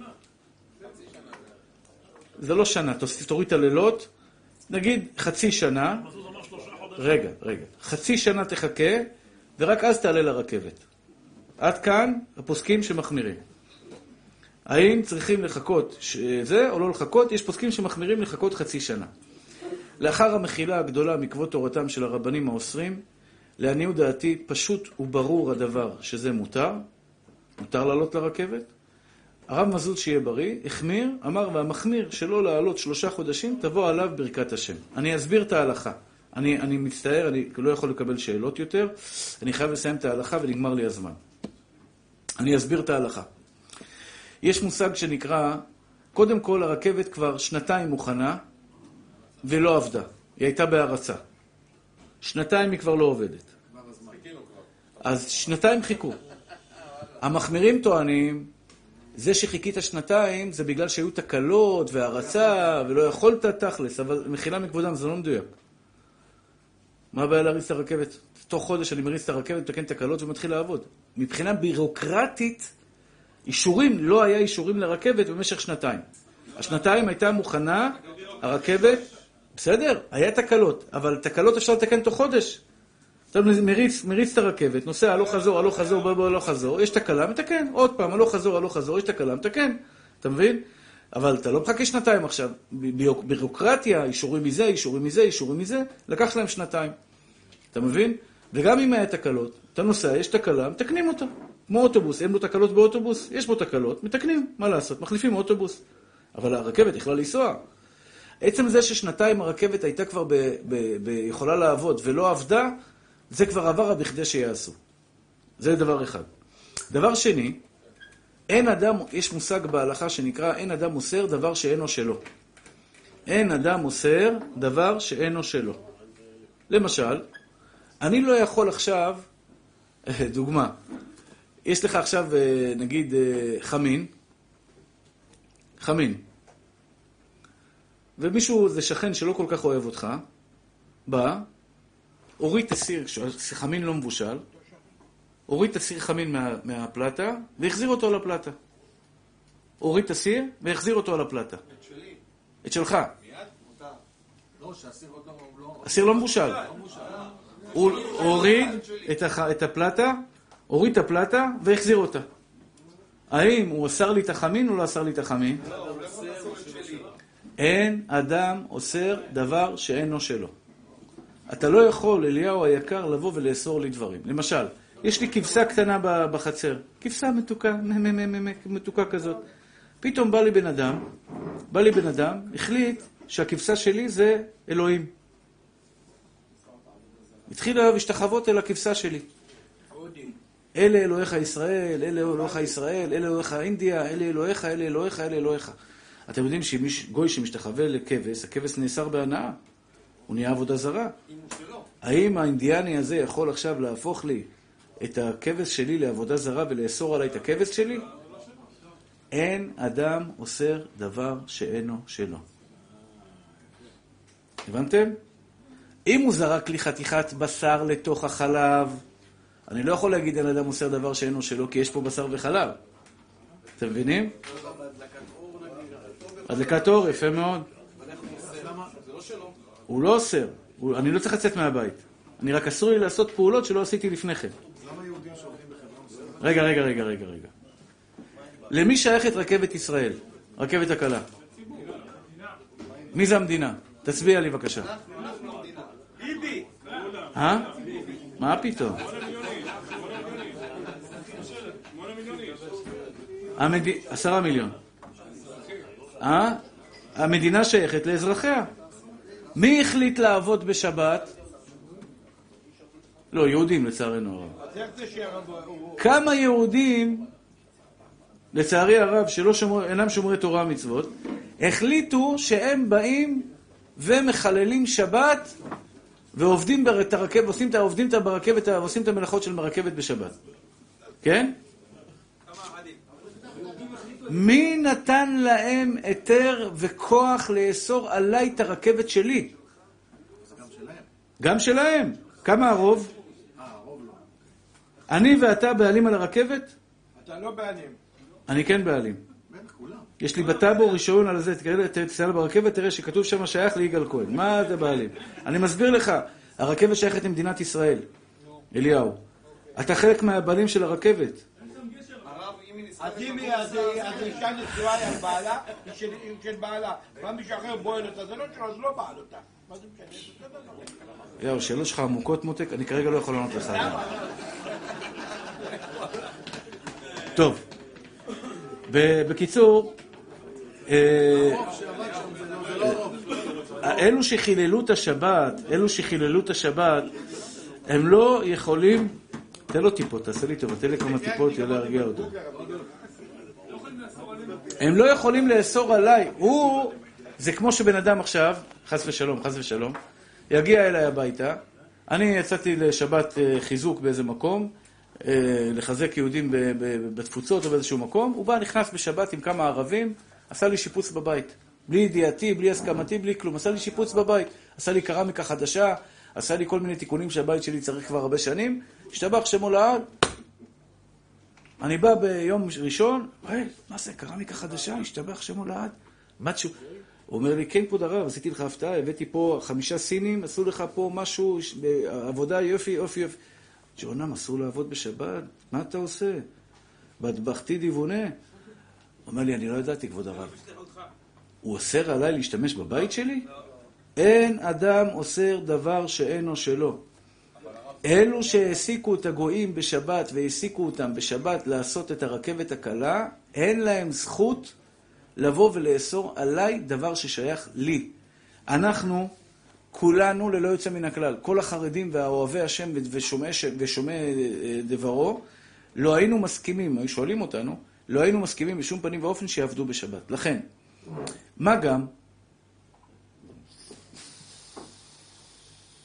זה לא שנה, תוריד את הלילות, נגיד חצי שנה, רגע, רגע, חצי שנה תחכה ורק אז תעלה לרכבת. עד כאן הפוסקים שמחמירים. האם צריכים לחכות שזה או לא לחכות? יש פוסקים שמחמירים לחכות חצי שנה. לאחר המחילה הגדולה מכבוד תורתם של הרבנים האוסרים, לעניות דעתי פשוט וברור הדבר שזה מותר, מותר לעלות לרכבת. הרב מזוז שיהיה בריא, החמיר, אמר והמחמיר שלא לעלות שלושה חודשים תבוא עליו ברכת השם. אני אסביר את ההלכה. אני, אני מצטער, אני לא יכול לקבל שאלות יותר, אני חייב לסיים את ההלכה ונגמר לי הזמן. אני אסביר את ההלכה. יש מושג שנקרא, קודם כל הרכבת כבר שנתיים מוכנה ולא עבדה. היא הייתה בהרצה. שנתיים היא כבר לא עובדת. אז שנתיים חיכו. המחמירים טוענים, זה שחיכית שנתיים זה בגלל שהיו תקלות והרצה ולא יכולת תכלס, אבל מחילה מכבודם זה לא מדויק. מה הבעיה להריץ את הרכבת? תוך חודש אני מריץ את הרכבת, מתקן תקלות ומתחיל לעבוד. מבחינה בירוקרטית, אישורים, לא היה אישורים לרכבת במשך שנתיים. השנתיים הייתה מוכנה, הרכבת, בסדר, היה תקלות, אבל תקלות אפשר לתקן תוך חודש. אתה מריץ, מריץ את הרכבת, נוסע, הלוך חזור, הלוך חזור, בוא בוא, הלוך חזור, יש תקלה, מתקן, עוד פעם, הלוך חזור, הלוך חזור, יש תקלה, מתקן, אתה מבין? אבל אתה לא מחכה שנתיים עכשיו, בירוקרטיה, אישורים מזה, אישורים מזה, אישורים מזה, לקח להם שנתיים. אתה מבין? וגם אם היה תקלות, אתה נוסע, יש תקלה, מתקנים אותה. כמו אוטובוס, אין בו תקלות באוטובוס, יש בו תקלות, מתקנים, מה לעשות? מחליפים אוטובוס. אבל הרכבת יכלה לנסוע. עצם זה ששנתיים הרכבת הייתה כבר ב, ב, ב, יכולה לעבוד ולא עבדה, זה כבר עבר בכדי שיעשו. זה דבר אחד. דבר שני, אין אדם, יש מושג בהלכה שנקרא, אין אדם מוסר דבר שאינו שלו. אין אדם מוסר דבר שאינו שלו. למשל, אני לא יכול עכשיו, דוגמה, יש לך עכשיו, נגיד, חמין, חמין. ומישהו, זה שכן שלא כל כך אוהב אותך, בא, הוריד את הסיר, חמין לא מבושל, הוריד את הסיר חמין מה, מהפלטה, והחזיר אותו על הפלטה. הוריד את הסיר, והחזיר אותו על הפלטה. את שלי. את שלך. מיד? אותה. לא, שהסיר עוד לא... הסיר לא מבושל. הוא הוריד את, הח... את הפלטה, הוריד את הפלטה, והחזיר אותה. האם הוא אסר לי את החמין או לא אסר לי את החמין? לא, הוא לא יכול לעשות את שלי. אין אדם אוסר דבר שאינו שלו. אתה לא יכול, אליהו היקר, לבוא ולאסור לי דברים. למשל, יש לי כבשה קטנה בחצר. כבשה מתוקה, מתוקה כזאת. פתאום בא לי בן אדם, בא לי בן אדם, החליט שהכבשה שלי זה אלוהים. התחיל להשתחוות אל הכבשה שלי. אלה אלוהיך ישראל, אלה אלוהיך ישראל, אלה אלוהיך אינדיה, אלה אלוהיך, אלה אלוהיך, אלה אלוהיך. אתם יודעים שגוי שמשתחווה לכבש, הכבש נאסר בהנאה. הוא נהיה עבודה זרה. האם האינדיאני הזה יכול עכשיו להפוך לי את הכבש שלי לעבודה זרה ולאסור עליי את הכבש שלי? אין אדם אוסר דבר שאינו שלו. הבנתם? אם הוא זרק לי חתיכת בשר לתוך החלב, אני לא יכול להגיד אין אדם אוסר דבר שאינו שלו, כי יש פה בשר וחלב. אתם מבינים? הדלקת אור, יפה מאוד. הוא לא אוסר. אני לא צריך לצאת מהבית. אני רק אסור לי לעשות פעולות שלא עשיתי לפני כן. למה יהודים שעובדים בחברון? רגע, רגע, רגע, רגע, רגע. למי שייכת רכבת ישראל? רכבת הקלה. מי זה המדינה? תצביע לי בבקשה. ביבי! אה? מה פתאום? עשרה מיליון. אה? המדינה שייכת לאזרחיה. מי החליט לעבוד בשבת? לא, יהודים לצערנו הרב. כמה יהודים, לצערי הרב, שלא שומר, אינם שומרי תורה ומצוות, החליטו שהם באים ומחללים שבת ועובדים את הרכבת, עושים את העובדים ברכבת, עושים את המלאכות של הרכבת בשבת. כן? מי נתן להם היתר וכוח לאסור עליי את הרכבת שלי? גם שלהם. גם שלהם. כמה הרוב? אה, הרוב לא. אני ואתה בעלים על הרכבת? אתה לא בעלים. אני כן בעלים. בטח, כולם. יש לי בטאבו רישיון על זה, תסתכל ברכבת, תראה שכתוב שם שייך ליגאל כהן. מה זה בעלים? אני מסביר לך, הרכבת שייכת למדינת ישראל. אליהו. אתה חלק מהבעלים של הרכבת. אז אם האישה נשואה על בעלה, היא של בעלה. מה מישהו אחר בועל אותה, זה לא שלו, אז לא בעל אותה. מה זה משנה? יאו, שאלות שלך עמוקות מותק, אני כרגע לא יכול לענות לך. טוב. בקיצור, אלו שחיללו את השבת, אלו שחיללו את השבת, הם לא יכולים, תן לו טיפות, תעשה לי טוב, תן לי כמה טיפות, יהיה להרגיע אותו. הם לא יכולים לאסור עליי, הוא, זה כמו שבן אדם עכשיו, חס ושלום, חס ושלום, יגיע אליי הביתה, אני יצאתי לשבת חיזוק באיזה מקום, לחזק יהודים בתפוצות או באיזשהו מקום, הוא בא, נכנס בשבת עם כמה ערבים, עשה לי שיפוץ בבית. בלי ידיעתי, בלי הסכמתי, בלי כלום. עשה לי שיפוץ בבית. עשה לי קרמיקה חדשה, עשה לי כל מיני תיקונים שהבית שלי צריך כבר הרבה שנים. השתבח שמו לעד. אני בא ביום ראשון, היי, מה זה, קרמיקה חדשה? השתבח שמו לעד. משהו. הוא אומר לי, כן, כבוד הרב, עשיתי לך הפתעה, הבאתי פה חמישה סינים, עשו לך פה משהו, עבודה יופי, יופי, יופי. ג'ונם, אסור לעבוד בשבת? מה אתה עושה? בהטבחתי דיוונה? הוא אומר לי, אני לא ידעתי, כבוד הרב. הוא אוסר עליי להשתמש בבית שלי? אין אדם אוסר דבר שאינו שלו. אלו שהעסיקו את הגויים בשבת והעסיקו אותם בשבת לעשות את הרכבת הקלה, אין להם זכות לבוא ולאסור עליי דבר ששייך לי. אנחנו כולנו ללא יוצא מן הכלל, כל החרדים והאוהבי השם ושומעי, ושומעי דברו, לא היינו מסכימים, היו שואלים אותנו, לא היינו מסכימים בשום פנים ואופן שיעבדו בשבת. לכן, מה גם? לא,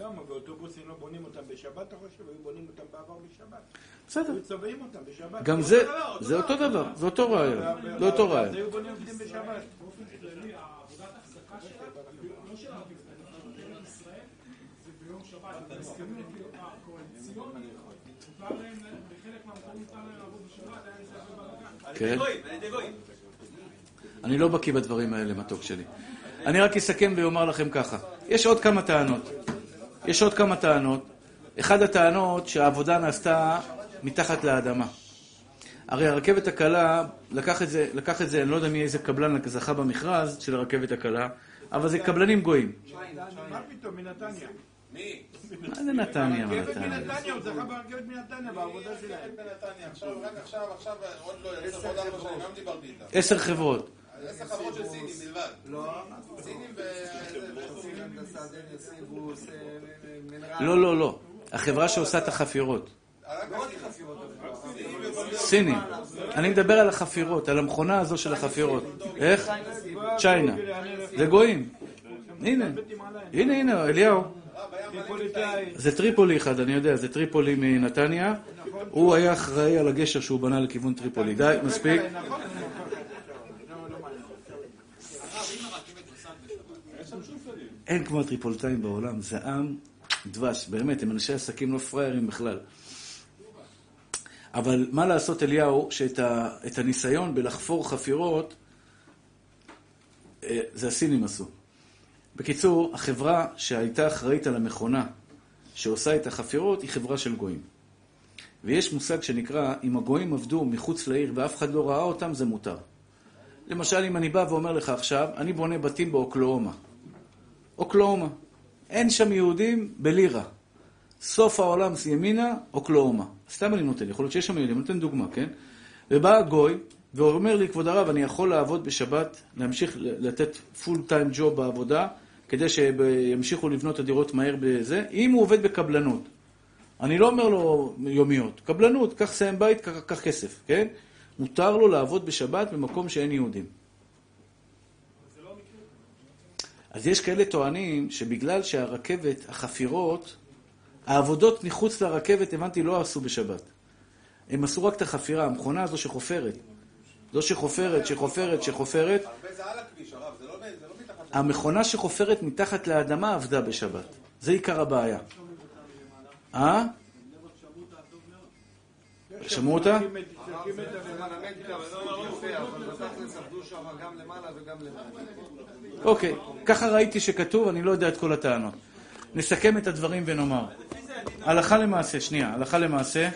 למה ואוטובוסים לא בונים אותם בשבת, אתה חושב, היו בונים אותם בעבר בשבת. בסדר. היו צובעים אותם בשבת. גם זה, זה אותו דבר, זה אותו רעיון. זה אותו רעיון. אז היו בונים עובדים בשבת. באופן כללי, העבודת ההחזקה שלה, לא של העבודת ישראל, זה ביום שבת. ההסכמים הקואליציוניים, מותר להם, בחלק מהמקומות מותר להם לעבוד בשבת, היה איזה הרבה בלגן. כן. אני לא בקיא בדברים האלה, מתוק שלי. אני רק אסכם ואומר לכם ככה. יש עוד כמה טענות. יש עוד כמה טענות. אחד הטענות שהעבודה נעשתה מתחת לאדמה. הרי הרכבת הקלה, לקח את זה, לקח את זה, אני לא יודע מי איזה קבלן זכה במכרז של הרכבת הקלה, אבל זה קבלנים גויים. מה פתאום, מנתניה? מי? מה זה נתניה? מה רכבת נתניה? מנתניה, הוא זכה ברכבת מנתניה בעבודה שלהם. עכשיו, רק עכשיו, עכשיו, עוד לא, עשר, עוד ארבע שנים, גם דיברתי איתה. עשר חברות. עשר חברות של סינים בלבד. לא, סינים ו... לא, לא, לא. החברה שעושה את החפירות. לא רק חפירות. סינים. אני מדבר על החפירות, על המכונה הזו של החפירות. איך? צ'יינה. זה גויים. הנה. הנה, הנה, אליהו. זה טריפולי אחד, אני יודע, זה טריפולי מנתניה. הוא היה אחראי על הגשר שהוא בנה לכיוון טריפולי. די, מספיק. אין כמו הטריפוליטאים בעולם, זה עם דבש, באמת, הם אנשי עסקים לא פריירים בכלל. אבל מה לעשות אליהו, שאת ה, את הניסיון בלחפור חפירות, זה הסינים עשו. בקיצור, החברה שהייתה אחראית על המכונה שעושה את החפירות היא חברה של גויים. ויש מושג שנקרא, אם הגויים עבדו מחוץ לעיר ואף אחד לא ראה אותם, זה מותר. למשל, אם אני בא ואומר לך עכשיו, אני בונה בתים באוקלאומה. אוקלאומה. אין שם יהודים בלירה. סוף העולם ימינה, אוקלאומה. סתם אני נותן, יכול להיות שיש שם יהודים, נותן דוגמה, כן? ובא הגוי ואומר לי, כבוד הרב, אני יכול לעבוד בשבת, להמשיך לתת פול טיים ג'וב בעבודה, כדי שימשיכו לבנות את הדירות מהר בזה, אם הוא עובד בקבלנות. אני לא אומר לו יומיות, קבלנות, כך סיים בית, כך, כך כסף, כן? מותר לו לעבוד בשבת במקום שאין יהודים. אז יש כאלה טוענים שבגלל שהרכבת, החפירות, העבודות מחוץ לרכבת, הבנתי, לא עשו בשבת. הם עשו רק את החפירה, המכונה הזו שחופרת. זו שחופרת, שחופרת, שחופרת. הרבה זה על הכביש, הרב, זה לא מתחת. המכונה שחופרת מתחת לאדמה עבדה בשבת. זה עיקר הבעיה. אה? שמעו אותה? אוקיי, ככה ראיתי שכתוב, אני לא יודע את כל הטענות. נסכם את הדברים ונאמר. הלכה למעשה, שנייה, הלכה למעשה.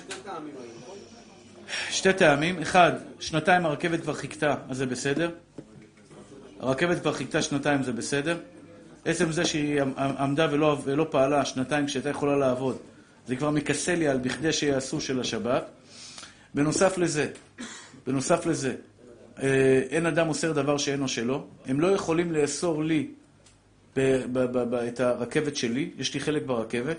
שתי טעמים. אחד, שנתיים הרכבת כבר חיכתה, אז זה בסדר. הרכבת כבר חיכתה שנתיים, זה בסדר. עצם זה שהיא עמדה ולא, ולא פעלה שנתיים כשהייתה יכולה לעבוד, זה כבר מכסה לי על בכדי שיעשו של השבת. בנוסף לזה, בנוסף לזה, אין אדם אוסר דבר שאינו שלו. הם לא יכולים לאסור לי ב- ב- ב- ב- את הרכבת שלי, יש לי חלק ברכבת.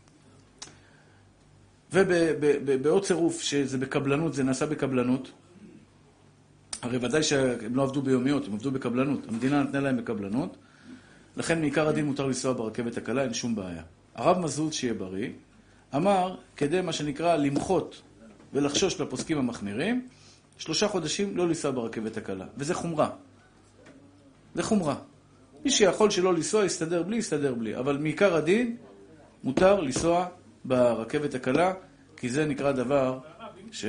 ובעוד צירוף שזה בקבלנות, זה נעשה בקבלנות. הרי ודאי שהם לא עבדו ביומיות, הם עבדו בקבלנות. המדינה נתנה להם בקבלנות. לכן מעיקר הדין מותר לנסוע ברכבת הקלה, אין שום בעיה. הרב מזוז, שיהיה בריא, אמר, כדי מה שנקרא למחות ולחשוש לפוסקים המחמירים, שלושה חודשים לא לנסוע ברכבת הקלה. וזה חומרה. זה חומרה. מי שיכול שלא לנסוע, יסתדר בלי, יסתדר בלי. אבל מעיקר הדין מותר לנסוע ברכבת הקלה, כי זה נקרא דבר ש...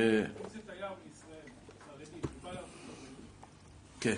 כן.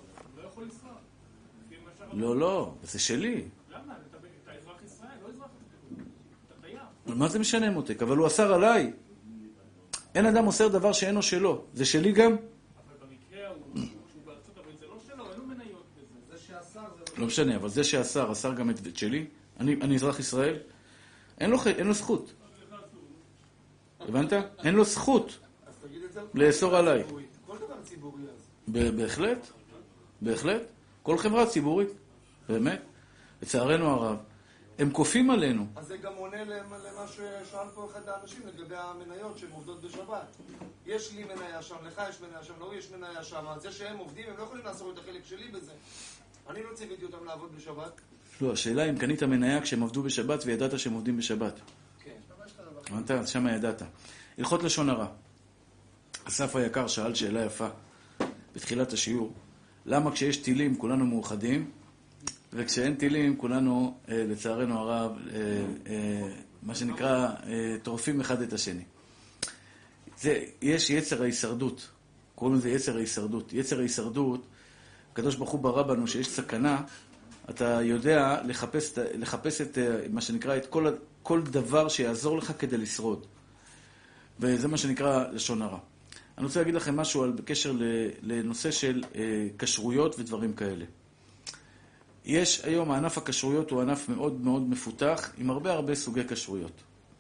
לא, לא, זה שלי. למה? אתה אזרח ישראל, לא אזרח... אתה תייר. מה זה משנה מותק? אבל הוא אסר עליי. אין אדם אוסר דבר שאינו שלו. זה שלי גם? אבל במקרה הוא, שהוא בארצות הברית, זה לא שלו, אין לו מניות בזה. זה שאסר, זה לא... לא משנה, אבל זה שאסר, אסר גם את שלי. אני, אני אזרח ישראל. אין לו, אין לו זכות. הבנת? אין לו זכות לאסור עליי. כל דבר ציבורי אז. בהחלט, בהחלט. כל חברה ציבורית, באמת. לצערנו הרב. הם קופים עלינו. אז זה גם עונה למה ששאל פה אחד האנשים לגבי המניות שהן עובדות בשבת. יש לי מניה שם, לך יש מניה שם, לא יש מניה שם. אז זה שהם עובדים, הם לא יכולים לעשות את החלק שלי בזה. אני לא ציוויתי אותם לעבוד בשבת. לא, השאלה אם קנית מניה כשהם עבדו בשבת וידעת שהם עובדים בשבת. כן. אמרת, אז שמה ידעת. הלכות לשון הרע. אסף היקר שאל שאלה יפה בתחילת השיעור. למה כשיש טילים כולנו מאוחדים, וכשאין טילים כולנו, אה, לצערנו הרב, אה, אה, מה שנקרא, אה, טורפים אחד את השני. זה, יש יצר ההישרדות. קוראים לזה יצר ההישרדות. יצר ההישרדות, הקדוש ברוך הוא ברא בנו שיש סכנה, אתה יודע לחפש, לחפש את מה שנקרא, את כל, כל דבר שיעזור לך כדי לשרוד. וזה מה שנקרא לשון הרע. אני רוצה להגיד לכם משהו על, בקשר לנושא של אה, כשרויות ודברים כאלה. יש היום, הענף הכשרויות הוא ענף מאוד מאוד מפותח, עם הרבה הרבה סוגי כשרויות.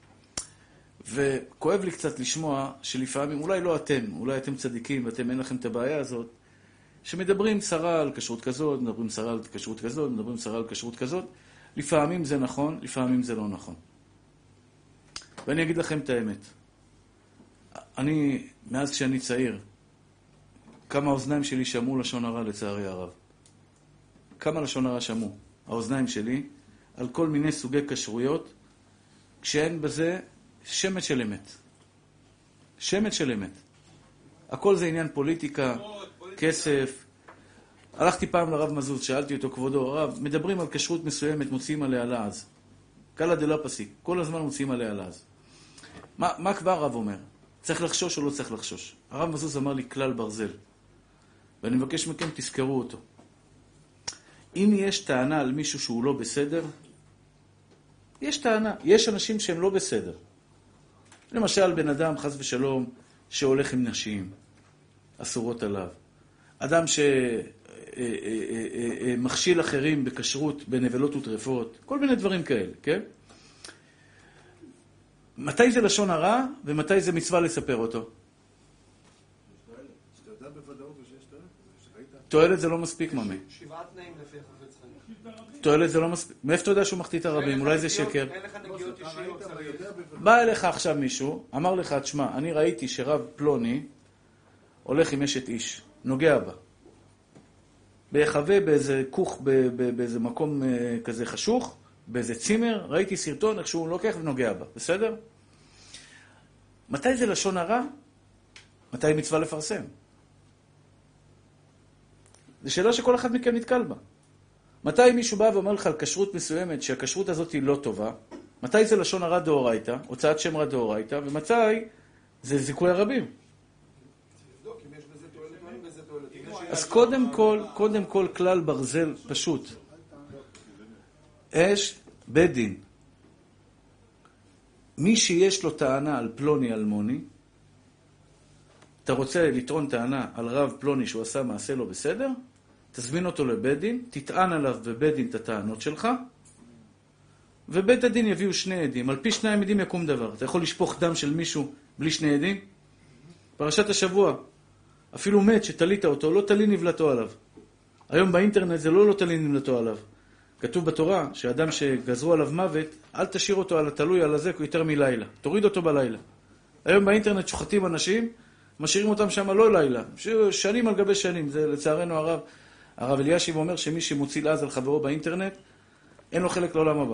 וכואב לי קצת לשמוע שלפעמים, אולי לא אתם, אולי אתם צדיקים ואתם אין לכם את הבעיה הזאת, שמדברים שרה על כשרות כזאת, מדברים שרה על כשרות כזאת, מדברים שרה על כשרות כזאת, לפעמים זה נכון, לפעמים זה לא נכון. ואני אגיד לכם את האמת. אני, מאז כשאני צעיר, כמה האוזניים שלי שמעו לשון הרע לצערי הרב. כמה לשון הרע שמעו, האוזניים שלי, על כל מיני סוגי כשרויות, כשאין בזה שמץ של אמת. שמץ של אמת. הכל זה עניין פוליטיקה, כסף. הלכתי פעם לרב מזוז, שאלתי אותו, כבודו, הרב, מדברים על כשרות מסוימת, מוציאים עליה לעז. קלה דלה פסיק, כל הזמן מוציאים עליה לעז. מה, מה כבר הרב אומר? צריך לחשוש או לא צריך לחשוש? הרב מזוז אמר לי כלל ברזל, ואני מבקש מכם, תזכרו אותו. אם יש טענה על מישהו שהוא לא בסדר, יש טענה. יש אנשים שהם לא בסדר. למשל, בן אדם, חס ושלום, שהולך עם נשים, אסורות עליו. אדם שמכשיל אחרים בכשרות, בנבלות וטרפות, כל מיני דברים כאלה, כן? מתי זה לשון הרע, ומתי זה מצווה לספר אותו? תועלת זה לא מספיק, ממי. שבעה תנאים לפי החפץ חיים. תועלת זה לא מספיק. מאיפה אתה יודע שהוא מחטיא את הרבים? אולי זה שקר. אין לך נגיעות אישיות, צריך. בא אליך עכשיו מישהו, אמר לך, תשמע, אני ראיתי שרב פלוני הולך עם אשת איש, נוגע בה. בהיחווה באיזה כוך, באיזה מקום כזה חשוך, באיזה צימר, ראיתי סרטון איך שהוא לוקח ונוגע בה. בסדר? מתי זה לשון הרע? מתי מצווה לפרסם? זו שאלה שכל אחד מכם נתקל בה. מתי מישהו בא ואומר לך על כשרות מסוימת שהכשרות הזאת היא לא טובה? מתי זה לשון הרע דאורייתא, הוצאת שם רע דאורייתא, ומתי זה זיכוי הרבים? אז קודם כל, קודם כל כלל ברזל פשוט. יש בית דין. מי שיש לו טענה על פלוני אלמוני, אתה רוצה לטעון טענה על רב פלוני שהוא עשה מעשה לא בסדר, תזמין אותו לבית דין, תטען עליו בבית דין את הטענות שלך, ובית הדין יביאו שני עדים. על פי שני עדים יקום דבר. אתה יכול לשפוך דם של מישהו בלי שני עדים? פרשת השבוע, אפילו מת שתלית אותו, לא תלי נבלתו עליו. היום באינטרנט זה לא לא תלי נבלתו עליו. כתוב בתורה שאדם שגזרו עליו מוות, אל תשאיר אותו על התלוי על הזה יותר מלילה. תוריד אותו בלילה. היום באינטרנט שוחטים אנשים, משאירים אותם שם לא לילה. שנים על גבי שנים. זה לצערנו הרב. הרב אלישיב אומר שמי שמוציא לעז על חברו באינטרנט, אין לו חלק לעולם הבא.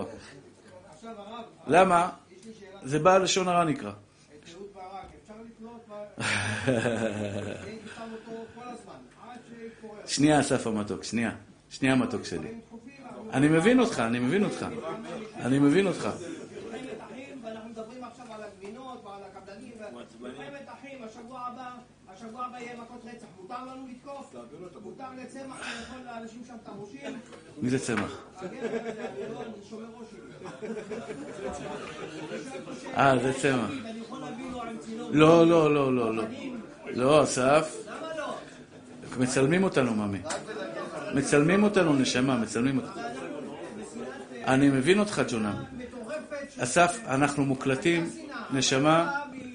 למה? זה בא לשון הרע נקרא. את אהוד ברק, אפשר לקנות? הייתי שם אותו כל הזמן, עד שקורא. שנייה, אסף המתוק, שנייה. שנייה המתוק שלי. אני מבין אותך, אני מבין אותך. אני מבין אותך. מלחמת אחים, ואנחנו מדברים עכשיו על הגבינות ועל הקבלנים. מלחמת אחים, השבוע הבא, השבוע הבא יהיה מכות רצח. מותר לנו לתקוף? מותר לצמח ולכל לאנשים שם תמושים? מי זה צמח? שומר ראשי. אה, זה צמח. לא, לא, לא, לא, לא. לא, אסף. למה לא? מצלמים אותנו, ממי. מצלמים אותנו, נשמה, מצלמים אותנו. אני מבין אותך, ג'ונם. אסף, אנחנו מוקלטים, נשמה.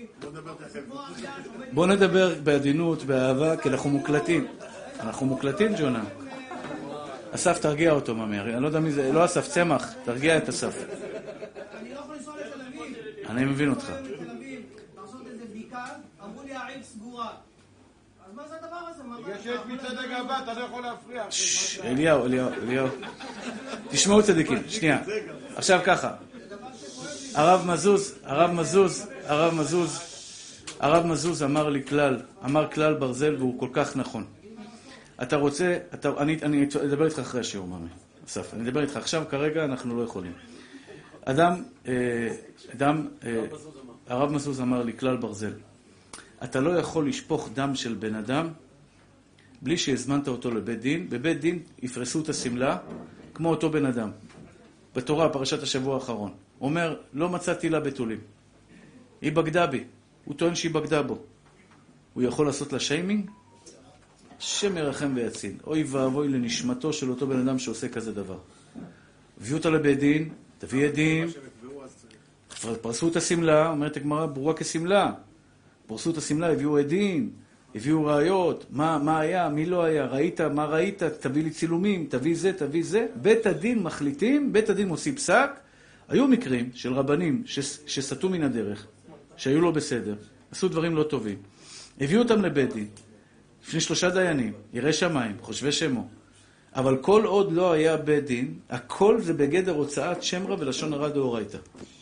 בוא נדבר בעדינות, באהבה, כי אנחנו מוקלטים. אנחנו מוקלטים, ג'ונם. אסף, תרגיע אותו, ממי. אני לא יודע מי זה, לא אסף, צמח. תרגיע את אסף. אני לא יכול לנסוע לתל אביב. אני מבין אותך. לעשות איזה בדיקה, אמרו לי העיר סגורה. אז מה זה הדבר הזה? כשיש מצעד הגאווה, אתה לא יכול להפריע. אליהו, אליהו, אליהו. תשמעו צדיקים, שנייה. עכשיו ככה. הרב מזוז, הרב מזוז, הרב מזוז, הרב מזוז אמר לי כלל, אמר כלל ברזל והוא כל כך נכון. אתה רוצה, אתה, אני, אני אדבר איתך אחרי השיעור, מאמי. אסף, אני אדבר איתך עכשיו, כרגע אנחנו לא יכולים. אדם, אדם, הרב מזוז אמר לי כלל ברזל. אתה לא יכול לשפוך דם של בן אדם בלי שהזמנת אותו לבית דין. בבית דין יפרסו את הסמלה כמו אותו בן אדם. בתורה, פרשת השבוע האחרון. אומר, לא מצאתי לה בתולים. היא בגדה בי. הוא טוען שהיא בגדה בו. הוא יכול לעשות לה שיימינג? שמרחם ויציל. אוי ואבוי לנשמתו של אותו בן אדם שעושה כזה דבר. הביאו אותה לבית דין, תביא עדים. פרסו את הסמלה, אומרת הגמרא, ברורה כסמלה. פרסו את הסמלה, הביאו עדים, הביאו ראיות, מה, מה היה, מי לא היה, ראית, מה ראית, תביא לי צילומים, תביא זה, תביא זה. בית הדין מחליטים, בית הדין מוציא פסק. היו מקרים של רבנים שסטו מן הדרך, שהיו לא בסדר, עשו דברים לא טובים. הביאו אותם לבית דין, לפני שלושה דיינים, יראי שמיים, חושבי שמו. אבל כל עוד לא היה בית דין, הכל זה בגדר הוצאת שם רע ולשון הרע דאורייתא.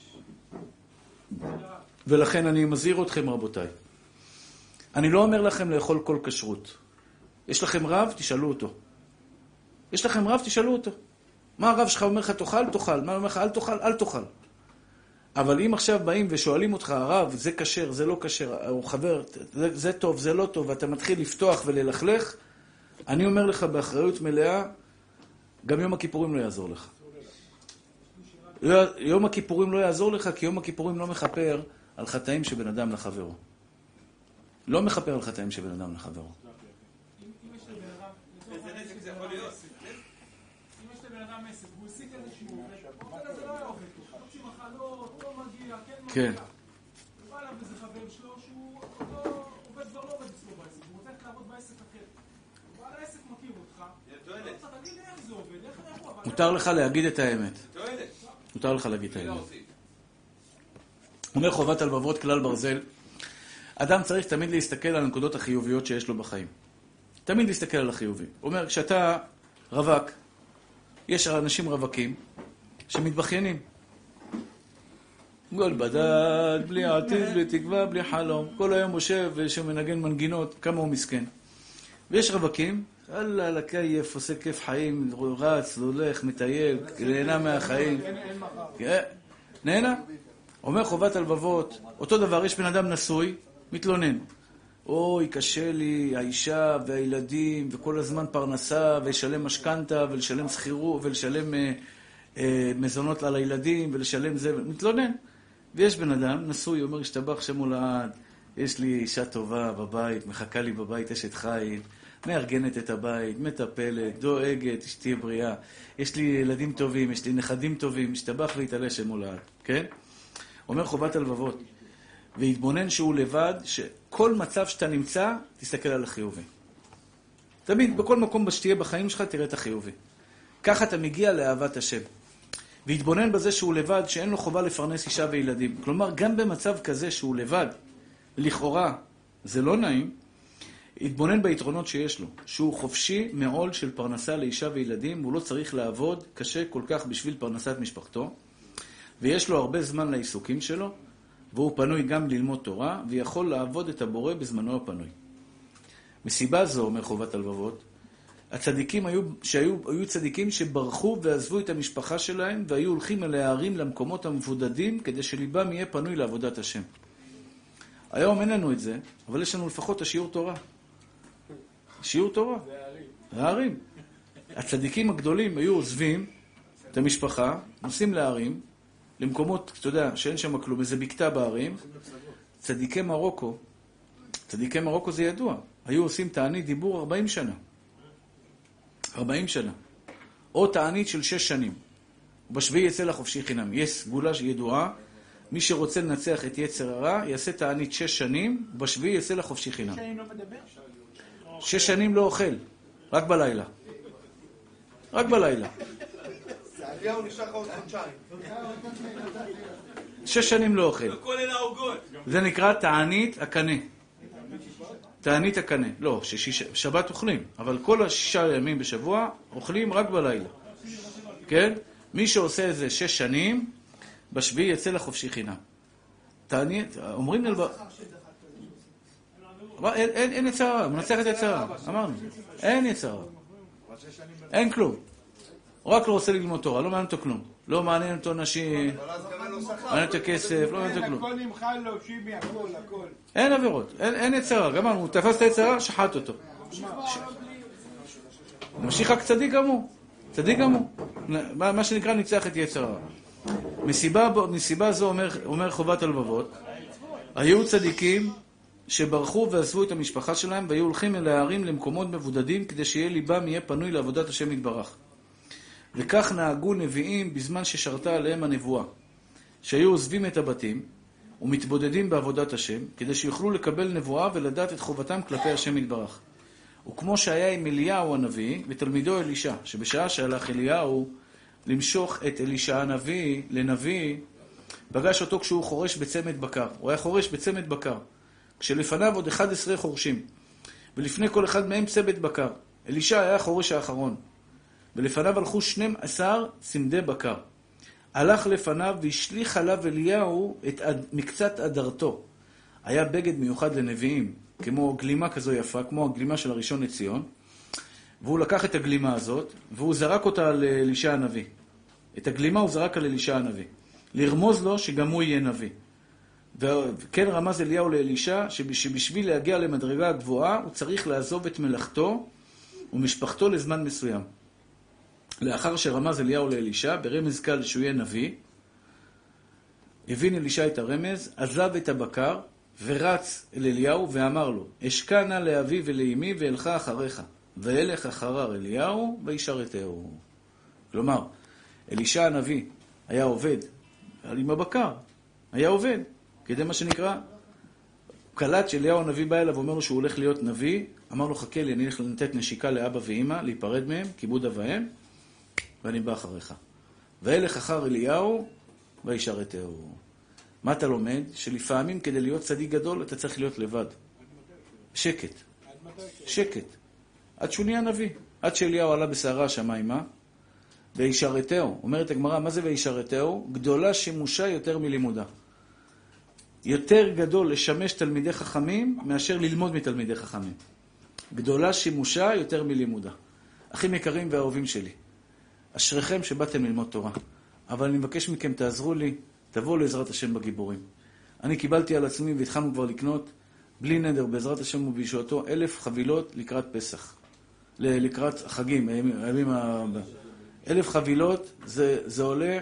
ולכן אני מזהיר אתכם, רבותיי. אני לא אומר לכם לאכול כל כשרות. יש לכם רב, תשאלו אותו. יש לכם רב, תשאלו אותו. מה הרב שלך אומר לך, תאכל, תאכל. מה אומר לך, אל תאכל, אל תאכל. אבל אם עכשיו באים ושואלים אותך, הרב, זה כשר, זה לא כשר, או חבר, זה, זה טוב, זה לא טוב, ואתה מתחיל לפתוח וללכלך, אני אומר לך באחריות מלאה, גם יום הכיפורים לא יעזור לך. יום הכיפורים לא יעזור לך, כי יום הכיפורים לא מחפר על חטאים שבן אדם לחברו. לא מחפר על חטאים שבן אדם לחברו. איזה נזק זה יכול להיות? אם יש לבן אדם עסק, והוא הסיק איזשהו עובד, העובד הזה לא היה עובד. חופשים מחלות, לא מגיע, כן מגיע. כן. הוא בא אליו איזה חבר שלו שהוא עובד כבר לא עובד אצלו בעסק, הוא רוצה לעבוד בעסק אחר. הוא בא לעסק, מכיר אותך. אתה תגיד לי איך זה עובד, איך אני יכול. מותר לך להגיד את האמת. מותר לך להגיד את האמת. אומר חובת הלבבות כלל ברזל, אדם צריך תמיד להסתכל על הנקודות החיוביות שיש לו בחיים. תמיד להסתכל על החיובי. הוא אומר, כשאתה רווק, יש אנשים רווקים שמתבחיינים. גול בדד, בלי עתיד, בלי תקווה, בלי חלום. כל היום יושב ושמנגן מנגינות, כמה הוא מסכן. ויש רווקים, אללה, לקייף, עושה כיף חיים, רץ, הולך, מטייל, נהנה מהחיים. נהנה? אומר חובת הלבבות, אותו דבר, יש בן אדם נשוי, מתלונן. אוי, קשה לי, האישה והילדים, וכל הזמן פרנסה, ולשלם משכנתה, ולשלם שכירות, ולשלם אה, אה, מזונות על הילדים, ולשלם זה, מתלונן. ויש בן אדם, נשוי, אומר, השתבח שם הולד, יש לי אישה טובה בבית, מחכה לי בבית אשת חיל, מארגנת את הבית, מטפלת, דואגת, אשתי בריאה, יש לי ילדים טובים, יש לי נכדים טובים, השתבח והתעלה שם הולד, כן? אומר חובת הלבבות. והתבונן שהוא לבד, שכל מצב שאתה נמצא, תסתכל על החיובי. תמיד, בכל מקום שתהיה בחיים שלך, תראה את החיובי. ככה אתה מגיע לאהבת השם. והתבונן בזה שהוא לבד, שאין לו חובה לפרנס אישה וילדים. כלומר, גם במצב כזה שהוא לבד, לכאורה, זה לא נעים, התבונן ביתרונות שיש לו, שהוא חופשי מעול של פרנסה לאישה וילדים, הוא לא צריך לעבוד קשה כל כך בשביל פרנסת משפחתו, ויש לו הרבה זמן לעיסוקים שלו, והוא פנוי גם ללמוד תורה, ויכול לעבוד את הבורא בזמנו הפנוי. מסיבה זו, אומר חובת הלבבות, הצדיקים היו, שהיו, היו צדיקים שברחו ועזבו את המשפחה שלהם, והיו הולכים אל הערים למקומות המבודדים, כדי שליבם יהיה פנוי לעבודת השם. היום אין לנו את זה, אבל יש לנו לפחות השיעור תורה. שיעור תורה. הערים. הצדיקים הגדולים היו עוזבים את המשפחה, נוסעים לערים, למקומות, אתה יודע, שאין שם כלום, איזה בקתה בערים. צדיקי מרוקו, צדיקי מרוקו זה ידוע, היו עושים תענית דיבור ארבעים שנה. ארבעים שנה. או תענית של שש שנים. בשביעי יצא לחופשי חינם. יש סגולה ידועה, מי שרוצה לנצח את יצר הרע, יעשה תענית שש שנים, בשביעי יצא לחופשי חינם. שש שנים לא מדבר? שש שנים לא אוכל, רק בלילה. רק בלילה. אליהו נשאר לך עוד חודשיים. שש שנים לא אוכל. כל אלה העוגות. זה נקרא תענית הקנה. תענית הקנה. לא, ששיש, שבת אוכלים, אבל כל השישה ימים בשבוע אוכלים רק בלילה. כן? מי שעושה את זה שש שנים, בשביעי יצא לחופשי חינם. תענית, אומרים ללב... אין, אין, אין יצרה, מנצח את יצרה, אמרנו. אין יצרה. אין כלום. הוא רק לא רוצה ללמוד תורה, לא מעניין אותו כלום. לא מעניין אותו נשים, מעניין אותו כסף, לא מעניין אותו כלום. הכל נמחל לו, שימי, הכל, הכל. אין עבירות, אין יצרה. גם הוא תפס את היצרה, שחט אותו. ממשיך רק צדיק גם הוא. צדיק גם הוא. מה שנקרא ניצח את יצרה. מסיבה זו אומר חובת הלבבות, היו צדיקים שברחו ועזבו את המשפחה שלהם והיו הולכים אל הערים למקומות מבודדים כדי שיהיה ליבם יהיה פנוי לעבודת השם יתברך. וכך נהגו נביאים בזמן ששרתה עליהם הנבואה, שהיו עוזבים את הבתים ומתבודדים בעבודת השם כדי שיוכלו לקבל נבואה ולדעת את חובתם כלפי השם יתברך. וכמו שהיה עם אליהו הנביא ותלמידו אלישע, שבשעה שהלך אליהו למשוך את אלישע הנביא לנביא, פגש אותו כשהוא חורש בצמד בקר. הוא היה חורש בצמד בקר, כשלפניו עוד אחד עשרה חורשים, ולפני כל אחד מהם צמד בקר. אלישע היה החורש האחרון, ולפניו הלכו שנים עשר צמדי בקר. הלך לפניו והשליך עליו אליהו את מקצת אדרתו. היה בגד מיוחד לנביאים, כמו גלימה כזו יפה, כמו הגלימה של הראשון לציון, והוא לקח את הגלימה הזאת, והוא זרק אותה על אלישע הנביא. את הגלימה הוא זרק על אלישע הנביא, לרמוז לו שגם הוא יהיה נביא. וכן רמז אליהו לאלישע שבשביל להגיע למדרגה הגבוהה, הוא צריך לעזוב את מלאכתו ומשפחתו לזמן מסוים. לאחר שרמז אליהו לאלישע, ברמז קל שהוא יהיה נביא, הבין אלישע את הרמז, עזב את הבקר, ורץ אל אליהו ואמר לו, אשכע נא לאבי ולאמי ואלך אחריך. וילך אחריו אליהו וישרתהו. כלומר, אלישע הנביא היה עובד, עם הבקר, היה עובד, כדי מה שנקרא, קלט שאליהו הנביא בא אליו ואומר לו שהוא הולך להיות נביא, אמר לו חכה לי, אני הולך לתת נשיקה לאבא ואמא, להיפרד מהם, כיבוד אביהם, ואני בא אחריך. וילך אחר אליהו וישרתהו. מה אתה לומד? שלפעמים כדי להיות צדיק גדול אתה צריך להיות לבד. שקט. שקט. עד שהוא נהיה נביא. עד שאליהו עלה בסערה השמיימה, וישרתהו. אומרת הגמרא, מה זה וישרתהו? גדולה שימושה יותר מלימודה. יותר גדול לשמש תלמידי חכמים מאשר ללמוד מתלמידי חכמים. גדולה שימושה יותר מלימודה. אחים יקרים ואהובים שלי, אשריכם שבאתם ללמוד תורה. אבל אני מבקש מכם, תעזרו לי, תבואו לעזרת השם בגיבורים. אני קיבלתי על עצמי והתחלנו כבר לקנות, בלי נדר, בעזרת השם ובישועתו, אלף חבילות לקראת פסח. לקראת חגים, הימים הבא. אלף חבילות, זה, זה עולה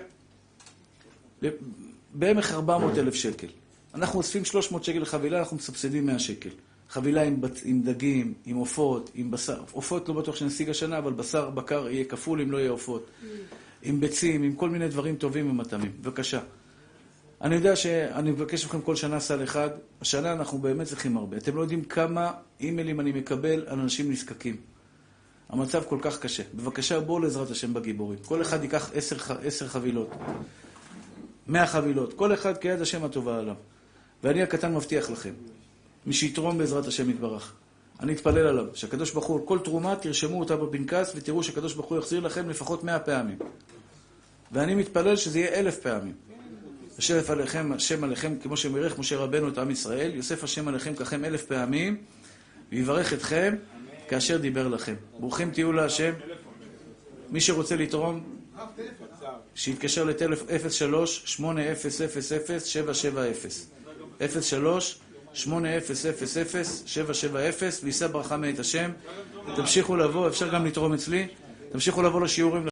בערך ארבע מאות אלף שקל. אנחנו אוספים שלוש מאות שקל לחבילה, אנחנו מסבסדים מאה שקל. חבילה עם, עם דגים, עם עופות, עם בשר. עופות לא בטוח שנשיג השנה, אבל בשר בקר יהיה כפול אם לא יהיה עופות. עם ביצים, עם כל מיני דברים טובים ומתאמים. בבקשה. אני יודע שאני מבקש לכם כל שנה סל אחד. השנה אנחנו באמת צריכים הרבה. אתם לא יודעים כמה אימיילים אני מקבל על אנשים נזקקים. המצב כל כך קשה. בבקשה, בואו לעזרת השם בגיבורים. כל אחד ייקח עשר, עשר חבילות. מאה חבילות. כל אחד כיד השם הטובה עליו. ואני הקטן מבטיח לכם. מי שיתרום בעזרת השם יתברך. אני אתפלל עליו. שהקדוש ברוך הוא, כל תרומה תרשמו אותה בפנקס ותראו שהקדוש ברוך הוא יחזיר לכם לפחות מאה פעמים. ואני מתפלל שזה יהיה אלף פעמים. יוסף עליכם, השם עליכם, כמו שמברך משה רבנו את עם ישראל, יוסף השם עליכם ככם אלף פעמים, ויברך אתכם כאשר דיבר לכם. ברוכים תהיו להשם. מי שרוצה לתרום, שיתקשר לטלפון אפס שלוש שמונה אפס אפס אפס שבע שבע אפס. אפס שלוש שמונה אפס אפס אפס שבע שבע אפס, וישא ברכה מאת השם. תמשיכו לבוא, אפשר גם לתרום אצלי. תמשיכו לבוא לשיעורים.